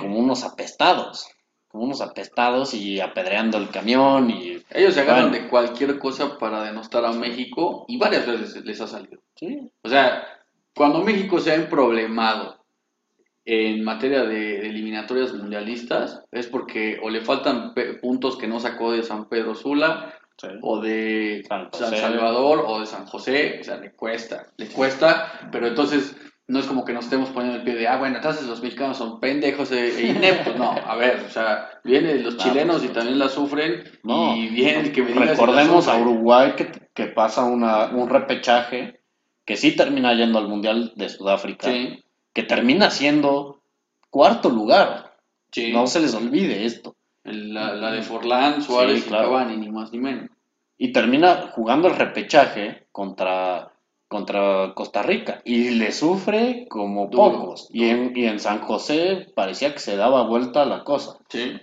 como unos apestados y apedreando el camión y Ellos se agarran bueno, de cualquier cosa para denostar a sí, México y varias veces les ha salido. sí, O sea, cuando México se ha emproblemado en materia de eliminatorias mundialistas es porque o le faltan puntos que no sacó de San Pedro Sula sí, o de San San José, Salvador o de San José, o sea, le cuesta, pero entonces no es como que nos estemos poniendo el pie de, bueno, entonces los mexicanos son pendejos e ineptos, no, a ver, o sea, vienen los ah, por chilenos y supuesto. también la sufren No, y viene el que me diga si la recordemos a sufre. Uruguay que pasa un repechaje que sí termina yendo al Mundial de Sudáfrica, Sí, que termina siendo cuarto lugar. No sí, se les olvide esto. la de Forlán, Sí, Suárez y claro. Cavani, ni más ni menos. Y termina jugando el repechaje contra Costa Rica y le sufre como Duro, pocos. Y duro. en San José parecía que se daba vuelta la cosa. Sí,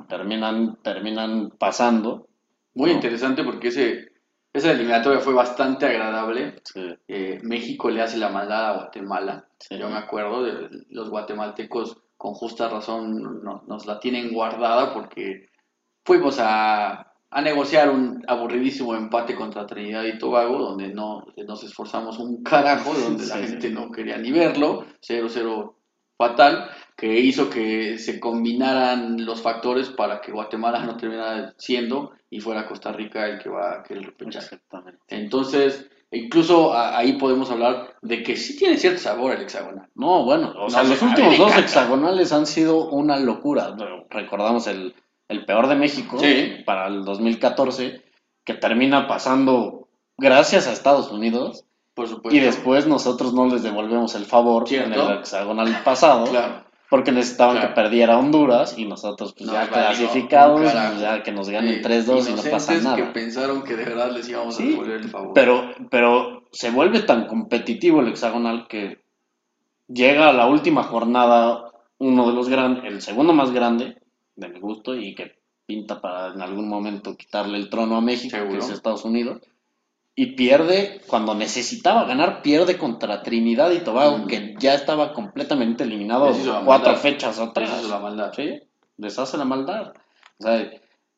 Terminan pasando, muy ¿no? interesante porque esa eliminatoria fue bastante agradable. Sí, México le hace la maldad a Guatemala. sí, Yo me acuerdo de los guatemaltecos con justa razón nos la tienen guardada porque fuimos a negociar un aburridísimo empate contra Trinidad y Tobago, donde no nos esforzamos un carajo, donde la sí, sí. gente no quería ni verlo, 0-0 fatal, que hizo que se combinaran los factores para que Guatemala no terminara siendo y fuera Costa Rica el que va a aquel repechaje. Exactamente. Entonces, incluso ahí podemos hablar de que sí tiene cierto sabor el hexagonal. No, bueno, o sea, No sé, los a mí me últimos dos encanta. hexagonales han sido una locura. Recordamos el peor de México Sí, para el 2014, que termina pasando gracias a Estados Unidos, por y supuesto. después nosotros no les devolvemos el favor en el ¿Cierto? hexagonal pasado, Claro, porque necesitaban que claro. perdiera Honduras, y nosotros pues Nos ya valió un clasificados, pues carajo. ya que nos ganen Sí, 3-2 y no pasa inocentes que nada. pensaron que de verdad les íbamos a Sí, devolver el favor. pero se vuelve tan competitivo el hexagonal que llega a la última jornada uno de los grandes, el segundo más grande, de mi gusto, y que pinta para en algún momento quitarle el trono a México, que es Seguro. Estados Unidos, y pierde, cuando necesitaba ganar, pierde contra Trinidad y Tobago, Ujú. que ya estaba completamente Les hizo eliminado la 4 fechas Les hizo la atrás, maldad. ¿sí? Les hace la maldad. O sea,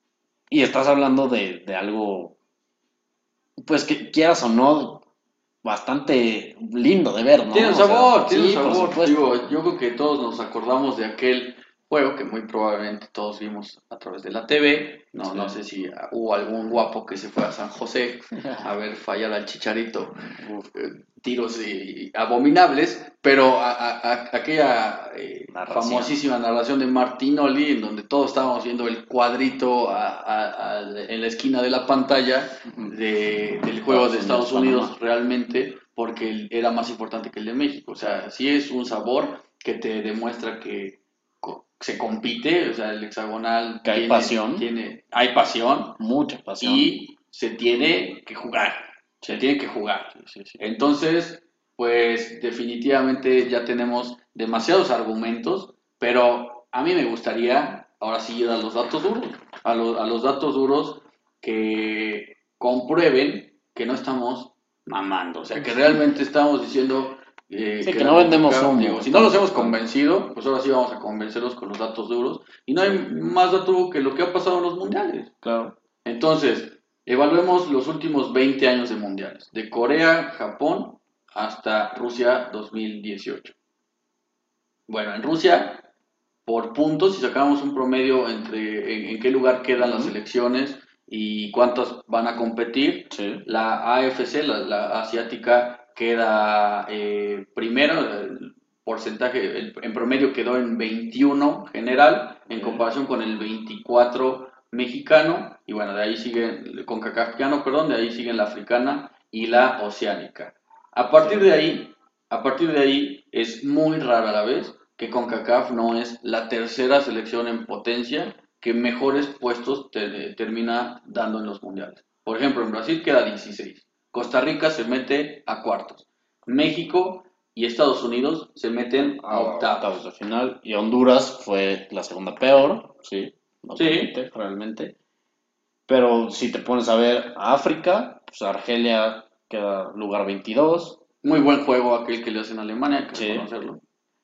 y estás hablando de algo, pues que quieras o no, bastante lindo de ver, Tiene ¿no? un O sea, sabor, tiene un sí, por sabor. supuesto. Digo, yo creo que todos nos acordamos de aquel juego que muy probablemente todos vimos a través de la TV. No, Sí. no sé si hubo algún guapo que se fue a San José a ver fallar al Chicharito Uf, tiros abominables, pero aquella narración. famosísima narración de Martinoli, en donde todos estábamos viendo el cuadrito en la esquina de la pantalla del juego Estados de Unidos, Estados Panamá. Unidos realmente, porque era más importante que el de México. O sea, sí es un sabor que te demuestra que se compite, o sea, el hexagonal que hay pasión, hay pasión mucha pasión, y se tiene que jugar, se tiene que jugar. Sí. Entonces, pues definitivamente ya tenemos demasiados argumentos, pero a mí me gustaría ahora sí ir a los datos duros, a los datos duros que comprueben que no estamos mamando, o sea, que realmente estamos diciendo Sí, que la no vendemos CONCACAF, humo. digo, si no los hemos convencido, pues ahora sí vamos a convencerlos con los datos duros, y no hay más dato duro que lo que ha pasado en los mundiales. Claro. Entonces, evaluemos los últimos 20 años de mundiales, de Corea, Japón, hasta Rusia 2018. Bueno, en Rusia, por puntos, si sacamos un promedio entre en qué lugar quedan las selecciones y cuántas van a competir, Sí. la AFC, la asiática, queda primero, el porcentaje, en promedio quedó en 21 general, en comparación con el 24 mexicano, y bueno, de ahí siguen, con cacafiano, perdón, de ahí siguen la africana y la oceánica. A partir de ahí, es muy rara la vez que CONCACAF no es la tercera selección en potencia que mejores puestos termina dando en los mundiales. Por ejemplo, en Brasil queda 16, Costa Rica se mete a cuartos, México y Estados Unidos se meten a octavos de final, y Honduras fue la segunda peor, sí, no sí. compite realmente. Pero si te pones a ver a África, pues Argelia queda lugar 22. Muy buen juego aquel que le hacen a Alemania, hay que Sí. reconocerlo.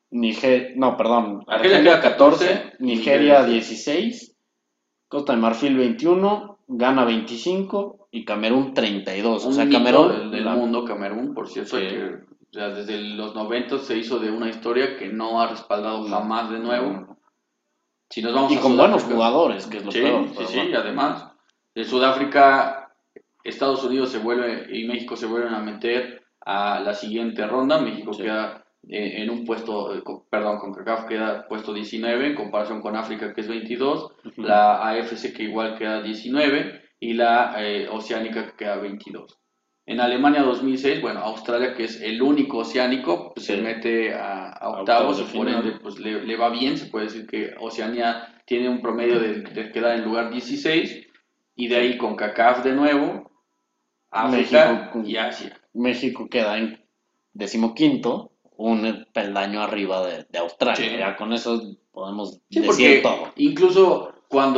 Argelia 14, Nigeria 16. 16, Costa de Marfil 21, Ghana 25 y Camerún 32. Un O sea, mito Camerún, del mundo, Camerún, por cierto, Sí. que o sea, desde los 90 se hizo de una historia que no ha respaldado jamás de nuevo. Si nos vamos Y a con buenos Sudáfrica, jugadores, que es lo sí, peor. sí, pero sí, bueno. además, de Sudáfrica, Estados Unidos se vuelve y México se vuelven a meter a la siguiente ronda. México Sí. queda en un puesto, perdón, CONCACAF queda puesto 19 en comparación con África que es 22, la AFC que igual queda 19 y la Oceánica que queda 22. En Alemania 2006, bueno, Australia, que es el único oceánico, pues Sí. se mete a Octavos octavos de y por final. ende pues le va bien. Se puede decir que Oceanía tiene un promedio de quedar en lugar 16 y de ahí con CONCACAF de nuevo, África y Asia. México queda en 15º, un peldaño arriba de Australia. Sí. Ya con eso podemos Sí, decir porque todo. incluso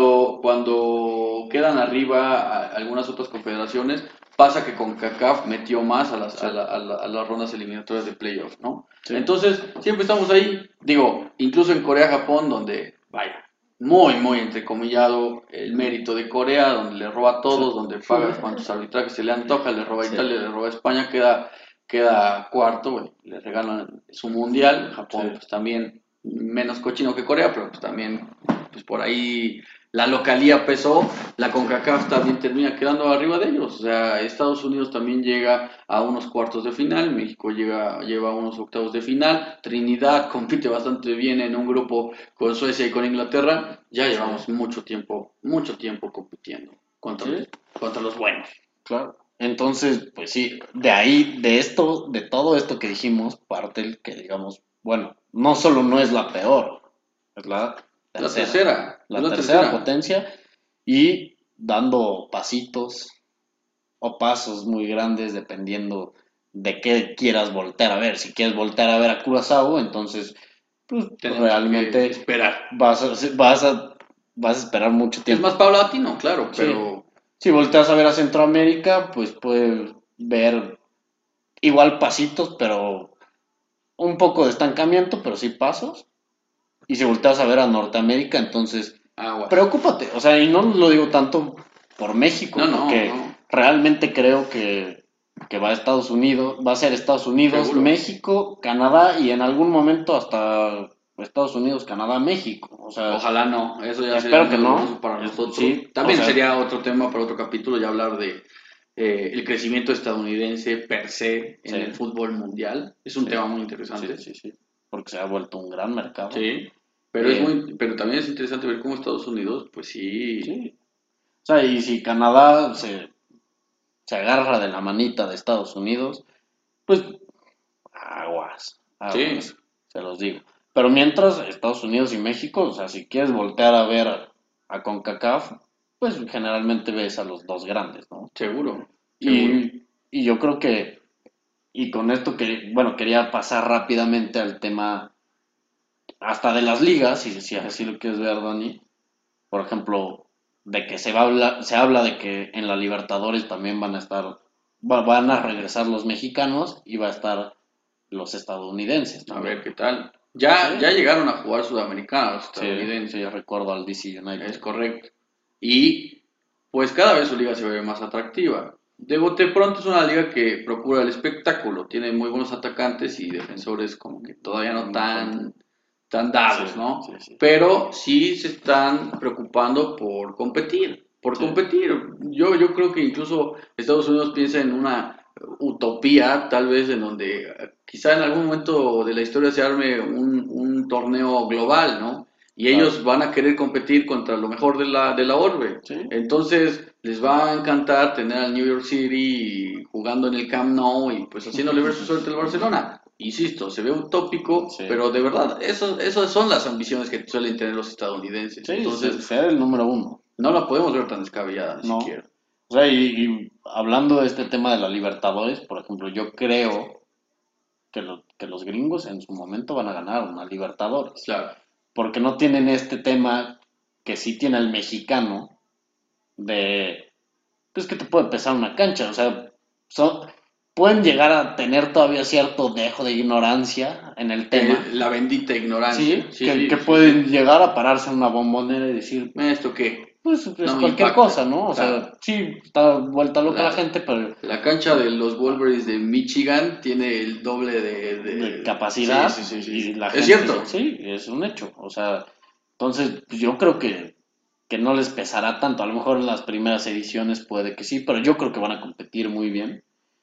cuando quedan arriba algunas otras confederaciones, pasa que CONCACAF metió más a las rondas eliminatorias de playoff, ¿no? Sí. Entonces, siempre estamos ahí. Digo, incluso en Corea-Japón, donde, vaya, muy, muy entrecomillado el mérito de Corea, donde le roba a todos, donde paga cuantos arbitrajes se le antoja, le roba a Italia, le roba a España, queda cuarto, güey, le regalan su mundial. Japón, pues también menos cochino que Corea, pero pues también, pues por ahí la localía pesó, la CONCACAF también termina quedando arriba de ellos, o sea, Estados Unidos también llega a unos cuartos de final, México lleva a unos octavos de final, Trinidad compite bastante bien en un grupo con Suecia y con Inglaterra, ya llevamos mucho tiempo compitiendo contra los buenos. Claro. Entonces, pues sí, de ahí, de todo esto que dijimos, parte el que digamos, bueno, no solo no es la peor, es la tercera. La tercera potencia, y dando pasitos o pasos muy grandes dependiendo de qué quieras voltear a ver. Si quieres voltear a ver a Curazao, entonces pues Tenemos realmente que esperar. vas a esperar mucho Es tiempo. más paulatino, claro, Sí. pero Si volteas a ver a Centroamérica, pues puedes ver igual pasitos, pero un poco de estancamiento, pero sí pasos. Y si volteas a ver a Norteamérica, entonces aguas. preocúpate. O sea, y no lo digo tanto por México, porque realmente creo que va a Estados Unidos, va a ser Estados Unidos, Seguro. México, Canadá y en algún momento hasta Estados Unidos, Canadá, México. O sea, Ojalá no, eso ya espero sería que muy no. doloroso para nosotros. Sí, También o sea, sería otro tema para otro capítulo, ya hablar de el crecimiento estadounidense per se en el fútbol mundial. Es un tema muy interesante. Sí, porque se ha vuelto un gran mercado. Sí, pero pero también es interesante ver cómo Estados Unidos, pues sí. O sea, y si Canadá se agarra de la manita de Estados Unidos, pues aguas, Sí, se los digo. Pero mientras Estados Unidos y México, o sea, si quieres voltear a ver a CONCACAF, pues generalmente ves a los dos grandes, ¿no? seguro, seguro. Y yo creo que, y con esto que, bueno, quería pasar rápidamente al tema hasta de las ligas, si así lo quieres ver, Dani. Por ejemplo, de que se habla de que en la Libertadores también van a estar, van a regresar los mexicanos y va a estar los estadounidenses A ver también. qué tal. Sí, Ya llegaron a jugar sudamericanos, sí, sí, estadounidenses, yo recuerdo al DC es United. correcto. Y pues cada vez su liga se ve más atractiva. De bote pronto es una liga que procura el espectáculo, tiene muy buenos atacantes y defensores como que todavía no No tanto. tan Sí, dados, ¿no? sí, sí, Pero sí se están preocupando por competir, por sí, competir. Yo creo que incluso Estados Unidos piensa en una utopía, tal vez en donde quizá en algún momento de la historia se arme un torneo global, ¿no? Y claro. ellos van a querer competir contra lo mejor de de la orbe. Sí, Entonces les va a encantar tener al New York City jugando en el Camp Nou y pues haciéndole ver su suerte al Barcelona. Insisto, se ve utópico, sí, pero de verdad, esas son las ambiciones que suelen tener los estadounidenses. sí, Entonces, ser el número uno. no la podemos ver tan descabellada ni No. siquiera. O sea, y hablando de este tema de la Libertadores, por ejemplo, yo creo que los gringos en su momento van a ganar una Libertadores. Claro, Porque no tienen este tema que sí tiene el mexicano de, pues que te puede pesar una cancha, o sea, son, pueden llegar a tener todavía cierto dejo de ignorancia en el tema, la bendita ignorancia. sí, Sí, sí, que sí, sí. pueden llegar a pararse en una bombonera y decir, ¿Esto qué? pues es No me cualquier impacta. cosa, ¿no? O Claro. sea, sí, está vuelta loca la La, gente, pero la cancha de los Wolverines de Michigan tiene el doble de Sí, capacidad sí, sí, sí, y sí. la Es gente, cierto. sí, es un hecho, o sea, entonces pues, yo creo que no les pesará tanto, a lo mejor en las primeras ediciones puede que sí, pero yo creo que van a competir muy bien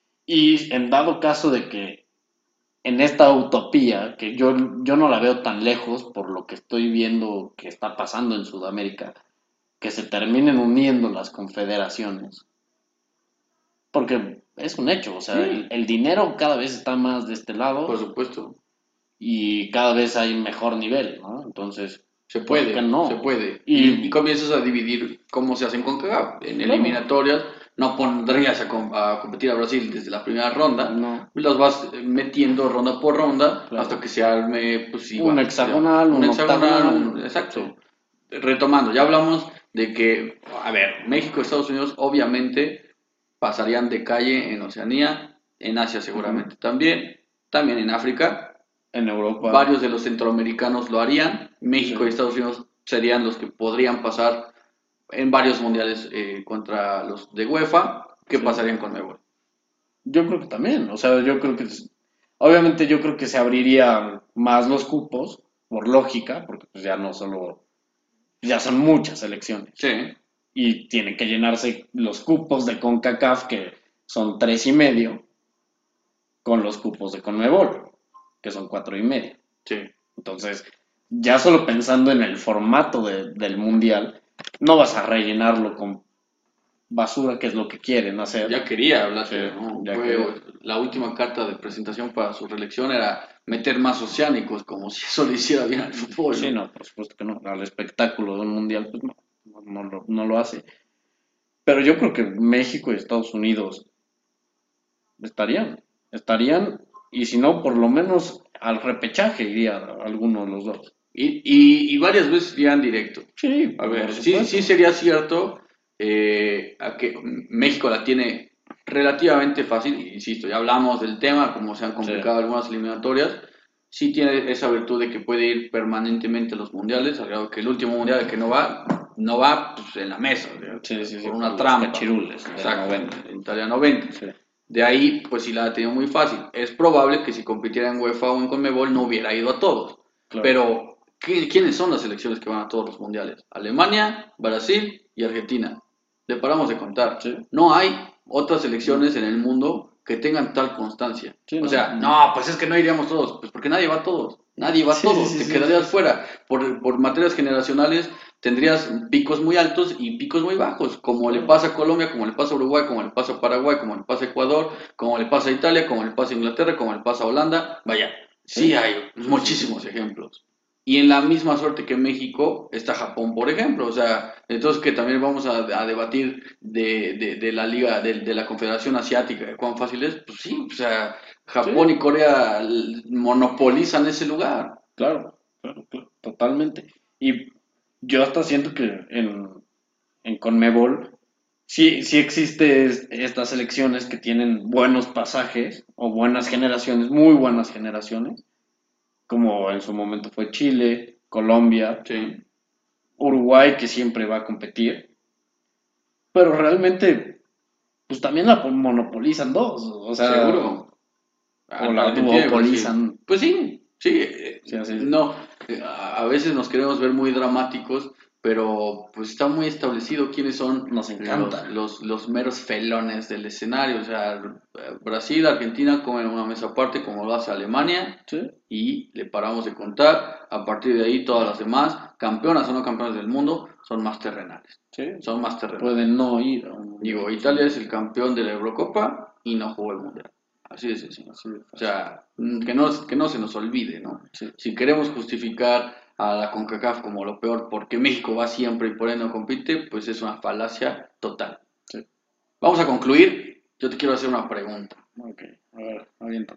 y en dado caso de que en esta utopía, que yo no la veo tan lejos por lo que estoy viendo que está pasando en Sudamérica, que se terminen uniendo las confederaciones, porque es un hecho, o sea, Sí, el dinero cada vez está más de este por lado supuesto. y cada vez hay mejor nivel, ¿no? Entonces, ¿por qué Se no? puede. Y Y, comienzas a dividir cómo se hacen con CONCACAF. En claro, eliminatorias no pondrías a competir a Brasil desde la primera ronda. no, Los vas metiendo ronda por ronda hasta claro. que se arme, pues Un igual, ya, hexagonal, un un hexagonal, octagonal, un sí, exacto. Retomando, ya hablamos de que, a ver, México y Estados Unidos obviamente pasarían de calle en Oceanía, en Asia ujú. seguramente también, también en África. En Europa, Varios de los centroamericanos lo harían. México y sí, Estados Unidos serían los que podrían pasar en varios mundiales contra los de UEFA. ¿Qué sí. pasarían con Mebol? Yo creo que también, o sea, yo creo que, obviamente yo creo que se abrirían más los cupos, por lógica, porque pues ya no solo, ya son muchas selecciones. Sí, Y tienen que llenarse los cupos de CONCACAF, que son tres y medio, con los cupos de CONMEBOL, que son cuatro y medio. sí. Entonces, ya solo pensando en el formato del mundial, no vas a rellenarlo con basura, que es lo que quieren hacer. Ya quería Sí, Blatter, ¿no? ya Fue que, la última carta de presentación para su reelección era meter más oceánicos, como si eso le hiciera bien al fútbol, sí, ¿no? no, por supuesto que no. Al espectáculo de un mundial, pues no, no lo hace. Pero yo creo que México y Estados Unidos estarían, y si no, por lo menos al repechaje iría alguno de los dos. Y varias veces irían directo. Sí, A por ver, sí supuesto. sería cierto a que México la tiene relativamente fácil, insisto, ya hablamos del tema, cómo se han Sí, complicado algunas eliminatorias, sí tiene esa virtud de que puede ir permanentemente a los mundiales, al grado que el último mundial al que no va pues, en la mesa, sí, sí, sí, por por una los trampa, cachirules del exacto, 90. en Italia 90. Sí, De ahí, pues sí la ha tenido muy fácil. Es probable que si compitiera en UEFA o en CONMEBOL no hubiera ido a todos, claro. pero ¿quiénes son las selecciones que van a todos los mundiales? Alemania, Brasil y Argentina. Le paramos de contar. Sí, No hay otras selecciones en el mundo que tengan tal constancia. sí, O no. sea, no, pues es que no iríamos todos. Pues porque nadie va a todos. Nadie va a Sí, sí, todos. sí, Te sí, sí. quedarías fuera. Por materias generacionales tendrías picos muy altos y picos muy bajos, como le pasa a Colombia, como le pasa a Uruguay, como le pasa a Paraguay, como le pasa a Ecuador, como le pasa a Italia, como le pasa a Inglaterra, como le pasa a Holanda. Vaya, sí hay muchísimos ejemplos. Y en la misma suerte que México está Japón, por ejemplo. O sea, entonces que también vamos a debatir de la liga, de la Confederación Asiática, de cuán fácil es. Pues sí, o sea, Japón y Corea monopolizan ese lugar. Claro, totalmente. Y yo hasta siento que en Conmebol sí existe estas selecciones que tienen buenos pasajes o buenas generaciones, muy buenas generaciones, como en su momento fue Chile, Colombia, Sí, Uruguay, que siempre va a competir, pero realmente, pues también la monopolizan dos, o sea, seguro. o la Argentina y Brasil. duopolizan, Pues sí, sí, sí, así, no, a veces nos queremos ver muy dramáticos, pero pues está muy establecido quiénes son nos encanta. los meros felones del escenario. O sea, Brasil, Argentina comen una mesa aparte como lo hace Alemania Sí, y le paramos de contar. A partir de ahí todas las demás, campeonas o no campeonas del mundo, son más terrenales. sí, Son más terrenales. pueden no ir a un mundial. Digo, Italia es el campeón de la Eurocopa y no jugó el Mundial. Así de sencillo. Así de O fácil. sea, que no se nos olvide, ¿no? Sí, Si queremos justificar a la CONCACAF como lo peor porque México va siempre y por ahí no compite, pues es una falacia total. sí. Vamos a concluir. Yo te quiero hacer una pregunta, Ok, a ver, aviéntame.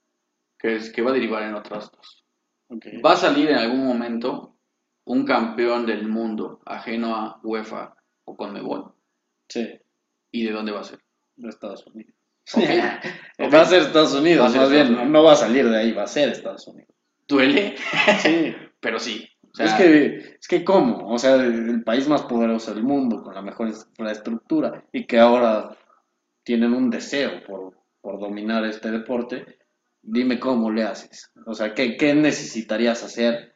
que va a derivar en otras dos. Ok, ¿Va a salir en algún momento un campeón del mundo ajeno a UEFA o Conmebol? sí, ¿Y de dónde va a ser? de Estados Unidos. Ok, ok. Va a ser Estados Va a Unidos, ser más Estados bien, Unidos. no va a salir de ahí, va a ser Estados Unidos. ¿Duele? Sí, Pero sí. O es sea, que, es que ¿cómo? O sea, el país más poderoso del mundo, con la mejor infraestructura, y que ahora tienen un deseo por dominar este deporte, dime cómo le haces. O sea, ¿qué necesitarías hacer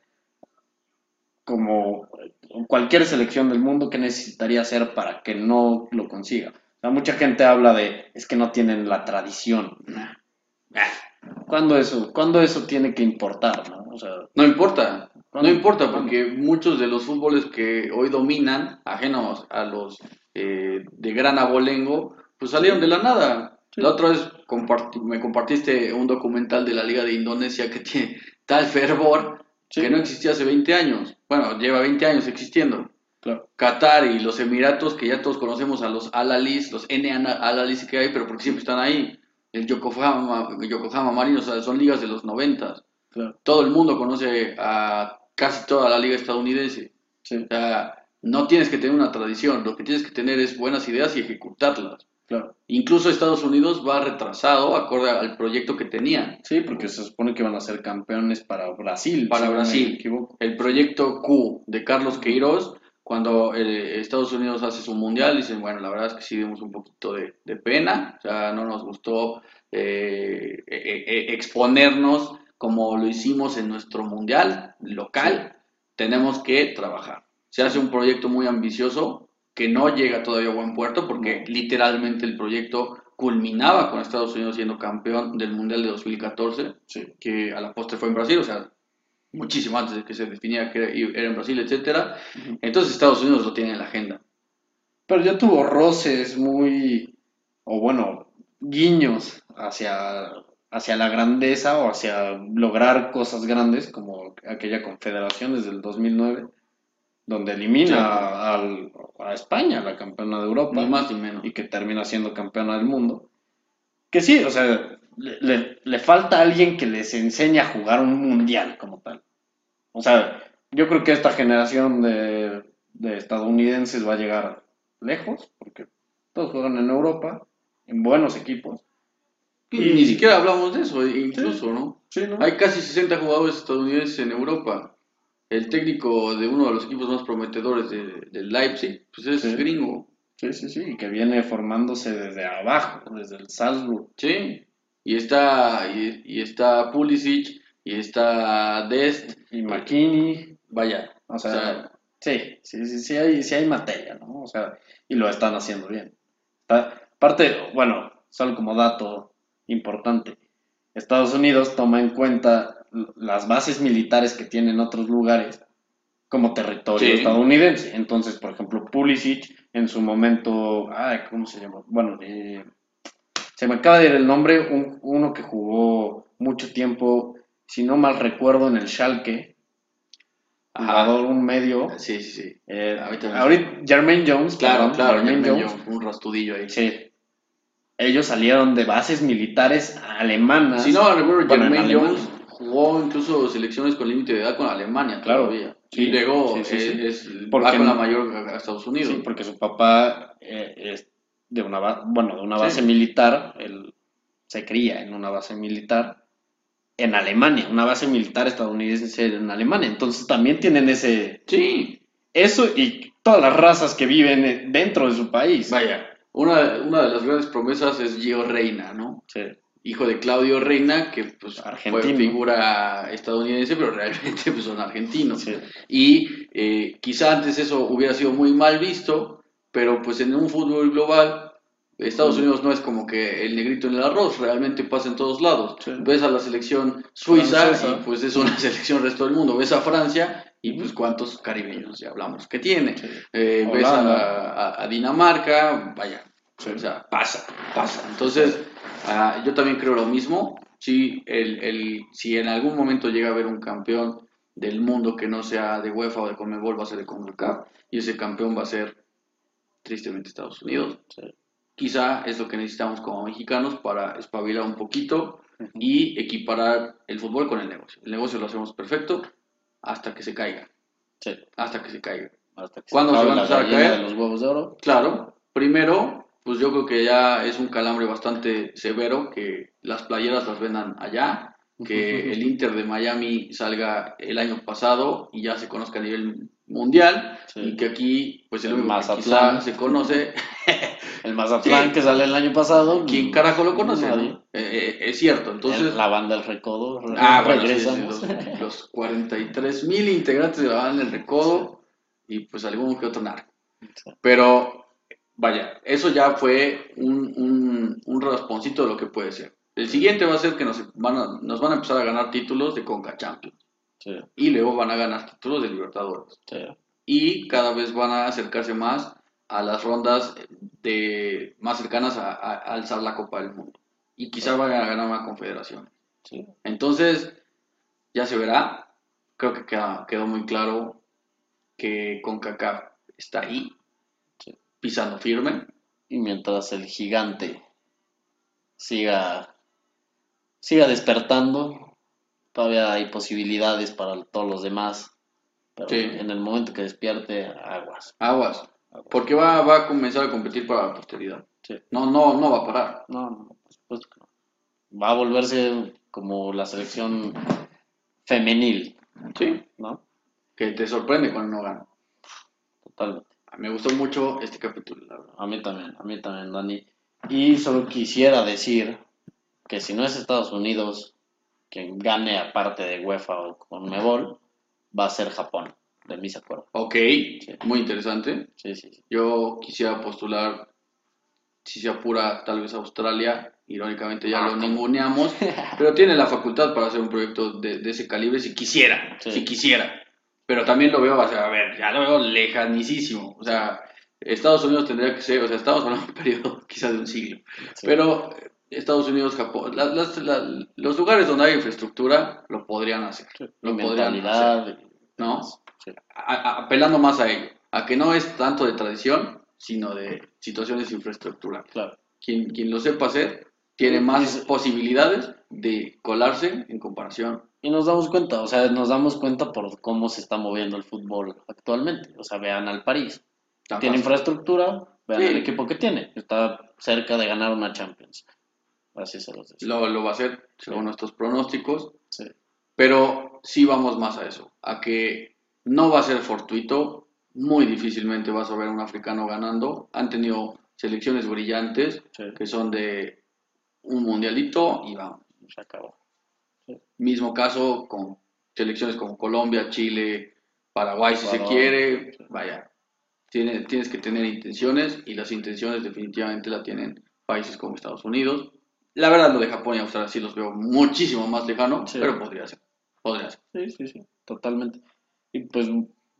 como cualquier selección del mundo, qué necesitaría hacer para que no lo consiga? O sea, mucha gente habla de, es que no tienen la tradición. nah. ¿Cuándo eso tiene que importar, no? O sea, No importa, no importa ¿cuándo? porque muchos de los fútboles que hoy dominan, ajenos a los de gran abolengo, pues salieron de la nada. Sí, La otra vez me compartiste un documental de la Liga de Indonesia que tiene tal fervor que no sí, existía hace 20 años. Bueno, lleva 20 años existiendo. claro, Qatar y los Emiratos, que ya todos conocemos a los Al-Alis, los Al-Alis que hay, pero porque siempre están ahí. El Yokohama Marinos, o sea, son ligas de los 90. claro, Todo el mundo conoce a casi toda la liga estadounidense. sí, O sea, no tienes que tener una tradición, lo que tienes que tener es buenas ideas y ejecutarlas. claro. Incluso Estados Unidos va retrasado acorde al proyecto que tenían Sí, porque se supone que van a ser campeones para Brasil, si para no me Brasil. equivoco. El proyecto Q de Carlos Queiroz, cuando Estados Unidos hace su mundial, dicen, bueno, la verdad es que sí dimos un poquito de pena, o sea, no nos gustó exponernos como lo hicimos en nuestro mundial Sí, local, tenemos que trabajar. Se hace un proyecto muy ambicioso que no llega todavía a buen puerto porque no, literalmente el proyecto culminaba con Estados Unidos siendo campeón del Mundial de 2014, sí. que a la postre fue en Brasil, o sea, muchísimo antes de que se definiera que era en Brasil, etcétera. Ujú. Entonces Estados Unidos lo tiene en la agenda. Pero ya tuvo roces muy, o bueno, guiños hacia la grandeza o hacia lograr cosas grandes, como aquella confederación desde el 2009, donde Sí, elimina a España, la campeona de ni Europa, más ni menos. y que termina siendo campeona del mundo. Que sí, o sea, le falta alguien que les enseñe a jugar un mundial como tal. O sea, yo creo que esta generación de estadounidenses va a llegar lejos, porque todos juegan en Europa, en buenos equipos. Ni Y siquiera hablamos de eso, sí, incluso, ¿no? sí, ¿no? Hay casi 60 jugadores estadounidenses en Europa. El técnico de uno de los equipos más prometedores del Leipzig, pues es Sí, gringo, sí, y que viene formándose desde abajo, desde el Salzburg. ¿sí? Y está Pulisic, y está Dest, Y McKinney, vaya, o o sea, sea, sí hay materia, ¿no? O sea, y lo están haciendo bien. Aparte, bueno, solo como dato importante, Estados Unidos toma en cuenta las bases militares que tienen otros lugares como territorio Sí. estadounidense. Entonces, por ejemplo, Pulisic en su momento, ¿cómo se llama? Bueno, se me acaba de ir el nombre, uno que jugó mucho tiempo, si no mal recuerdo, en el Schalke, jugador, Ajá. un medio. Sí, sí, sí. Ahorita, Jermaine Jones, Claro, perdón, claro, Jermaine Jermaine Jones. Jones, un rastudillo ahí. Sí, ellos salieron de bases militares alemanas. Si no recuerdo, Bueno, en Jermaine Alemania. Jones jugó incluso selecciones con límite de edad con Alemania Claro, todavía. Y sí, luego sí. va Porque, con la mayor a Estados sí, Unidos. porque su papá es de una, de una base Sí. militar, él se cría en una base militar en Alemania, una base militar estadounidense en Alemania. Entonces también tienen Sí, eso y todas las razas que viven dentro de su país. vaya. Una de las grandes promesas es Gio Reina, ¿no? Sí, Hijo de Claudio Reina, que pues fue argentino. figura estadounidense, pero realmente pues, son argentinos. Sí, Y quizá antes eso hubiera sido muy mal visto, pero pues en un fútbol global, Estados Unidos no es como que el negrito en el arroz, realmente pasa en todos lados. sí. Ves a la selección suiza Francesa. y pues es una selección del resto del mundo. Ves a Francia y pues cuántos caribeños ya hablamos que tiene. Sí. Ves Holanda. a Dinamarca, vaya, Sí. o sea, pasa. Entonces, yo también creo lo mismo. Si, si en algún momento llega a haber un campeón del mundo que no sea de UEFA o de Conmebol, va a ser de CONCACAF. Y ese campeón va a ser, tristemente, Estados Unidos. Sí. Quizá es lo que necesitamos como mexicanos para espabilar un poquito Ujú. y equiparar el fútbol con el negocio. El negocio lo hacemos perfecto hasta que se caiga. Sí. Hasta que se caiga. Hasta que se ¿Cuándo se va acabe a la empezar a gallina de caer? los huevos de oro. Claro, primero, pues yo creo que ya es un calambre bastante severo que las playeras las vendan allá, que el Inter de Miami salga el año pasado y ya se conozca a nivel mundial, Sí. y que aquí, pues el El único que Mazatlán. quizá se conoce, El Mazatlán sí, que sale el año pasado. ¿quién carajo lo conoce, Nadie. no? Es cierto, entonces, La banda del Recodo. bueno, sí, sí, Regresamos. los 43,000 integrantes de la banda del Sí. Recodo y pues algún que otro narco. Sí. Pero vaya, eso ya fue un rasponcito de lo que puede ser. El siguiente va a ser que nos van a empezar a ganar títulos de Conca Champions. Sí. Y luego van a ganar títulos de Libertadores. Sí. Y cada vez van a acercarse más a las rondas más cercanas a alzar la Copa del Mundo. Y quizás vayan a ganar una confederación. Sí. Entonces, ya se verá. Creo que quedó muy claro que CONCACAF está ahí, Sí. pisando firme. Y mientras el gigante siga despertando, todavía hay posibilidades para todos los demás. Pero Sí. en el momento que despierte, aguas. Aguas, porque va a comenzar a competir para la posteridad. Sí. No va a parar. No, por supuesto que no. Va a volverse como la selección femenil, Sí, ¿no? que te sorprende cuando no gana. Totalmente. Me gustó mucho este capítulo, la verdad. A mí también, Dani. Y solo quisiera decir que si no es Estados Unidos quien gane aparte de UEFA o Conmebol, va a ser Japón. De mí se acuerdo. Ok, muy interesante. Sí. Yo quisiera postular, si se apura, tal vez Australia. Irónicamente ya lo ninguneamos, pero tiene la facultad para hacer un proyecto de ese calibre si quisiera, Sí. si quisiera. Pero también lo veo, o sea, a ver, ya lo veo lejanísimo. O sea, Estados Unidos tendría que ser, o sea, estamos hablando de un periodo quizás de un siglo. Sí. Pero Estados Unidos, Japón, los lugares donde hay infraestructura lo podrían hacer. Sí. Lo Y podrían mentalidad. hacer, ¿no? Sí. Apelando más a ello, a que no es tanto de tradición, sino de situaciones de infraestructura. Claro. Quien lo sepa hacer tiene más posibilidades de colarse en comparación. Y nos damos cuenta, o sea, nos damos cuenta por cómo se está moviendo el fútbol actualmente. O sea, vean al París. Tiene infraestructura, vean el equipo que tiene. Está cerca de ganar una Champions. Así se los decía. Lo va a hacer, según nuestros pronósticos. Sí. Pero sí vamos más a eso, a que no va a ser fortuito. Muy difícilmente vas a ver a un africano ganando. Han tenido selecciones brillantes que son de un mundialito y vamos. Se acabó. Sí. Mismo caso con selecciones como Colombia, Chile, Paraguay, si se quiere. Vaya, tienes que tener intenciones y las intenciones definitivamente la tienen países como Estados Unidos. La verdad, lo de Japón y Australia sí los veo muchísimo más lejano, pero podría ser. Sí, totalmente. Y pues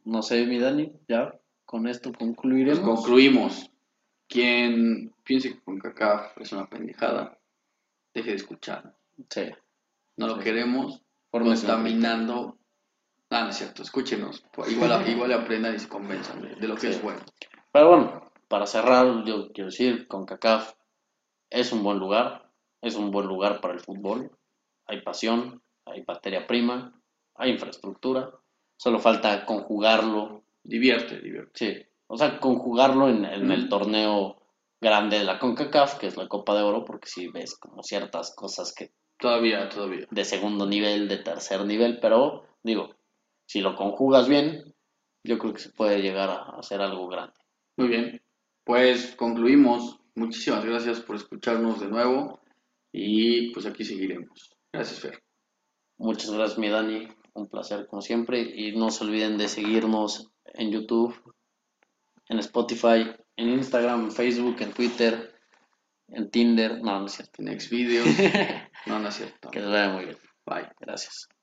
no sé, mi Dani, ya con esto Pues concluiremos. concluimos. Quien piense que CONCACAF es una pendejada, deje de escuchar. Sí, No lo sí, sí. queremos Fórmese un contaminando. Ah, no es cierto, escúchenos. Igual aprendan y se convenzan de lo que Sí. es bueno. Pero bueno, para cerrar, yo quiero decir, CONCACAF es un buen lugar, es un buen lugar para el fútbol. Hay pasión, hay materia prima, hay infraestructura. Solo falta conjugarlo. Divierte. Sí, o sea, conjugarlo en el ¿Mm? torneo grande de la CONCACAF, que es la Copa de Oro, porque si ves como ciertas cosas que Todavía. de segundo nivel, de tercer nivel, pero digo, si lo conjugas bien, yo creo que se puede llegar a hacer algo grande. Muy bien. Pues concluimos. Muchísimas gracias por escucharnos de nuevo y pues aquí seguiremos. Gracias, Fer. Muchas gracias, mi Dani, un placer como siempre, y no se olviden de seguirnos en YouTube, en Spotify, en Instagram, en Facebook, en Twitter, en Tinder, no, no es cierto. Next videos. No, no es cierto. Que les vaya muy bien. Bye. Gracias.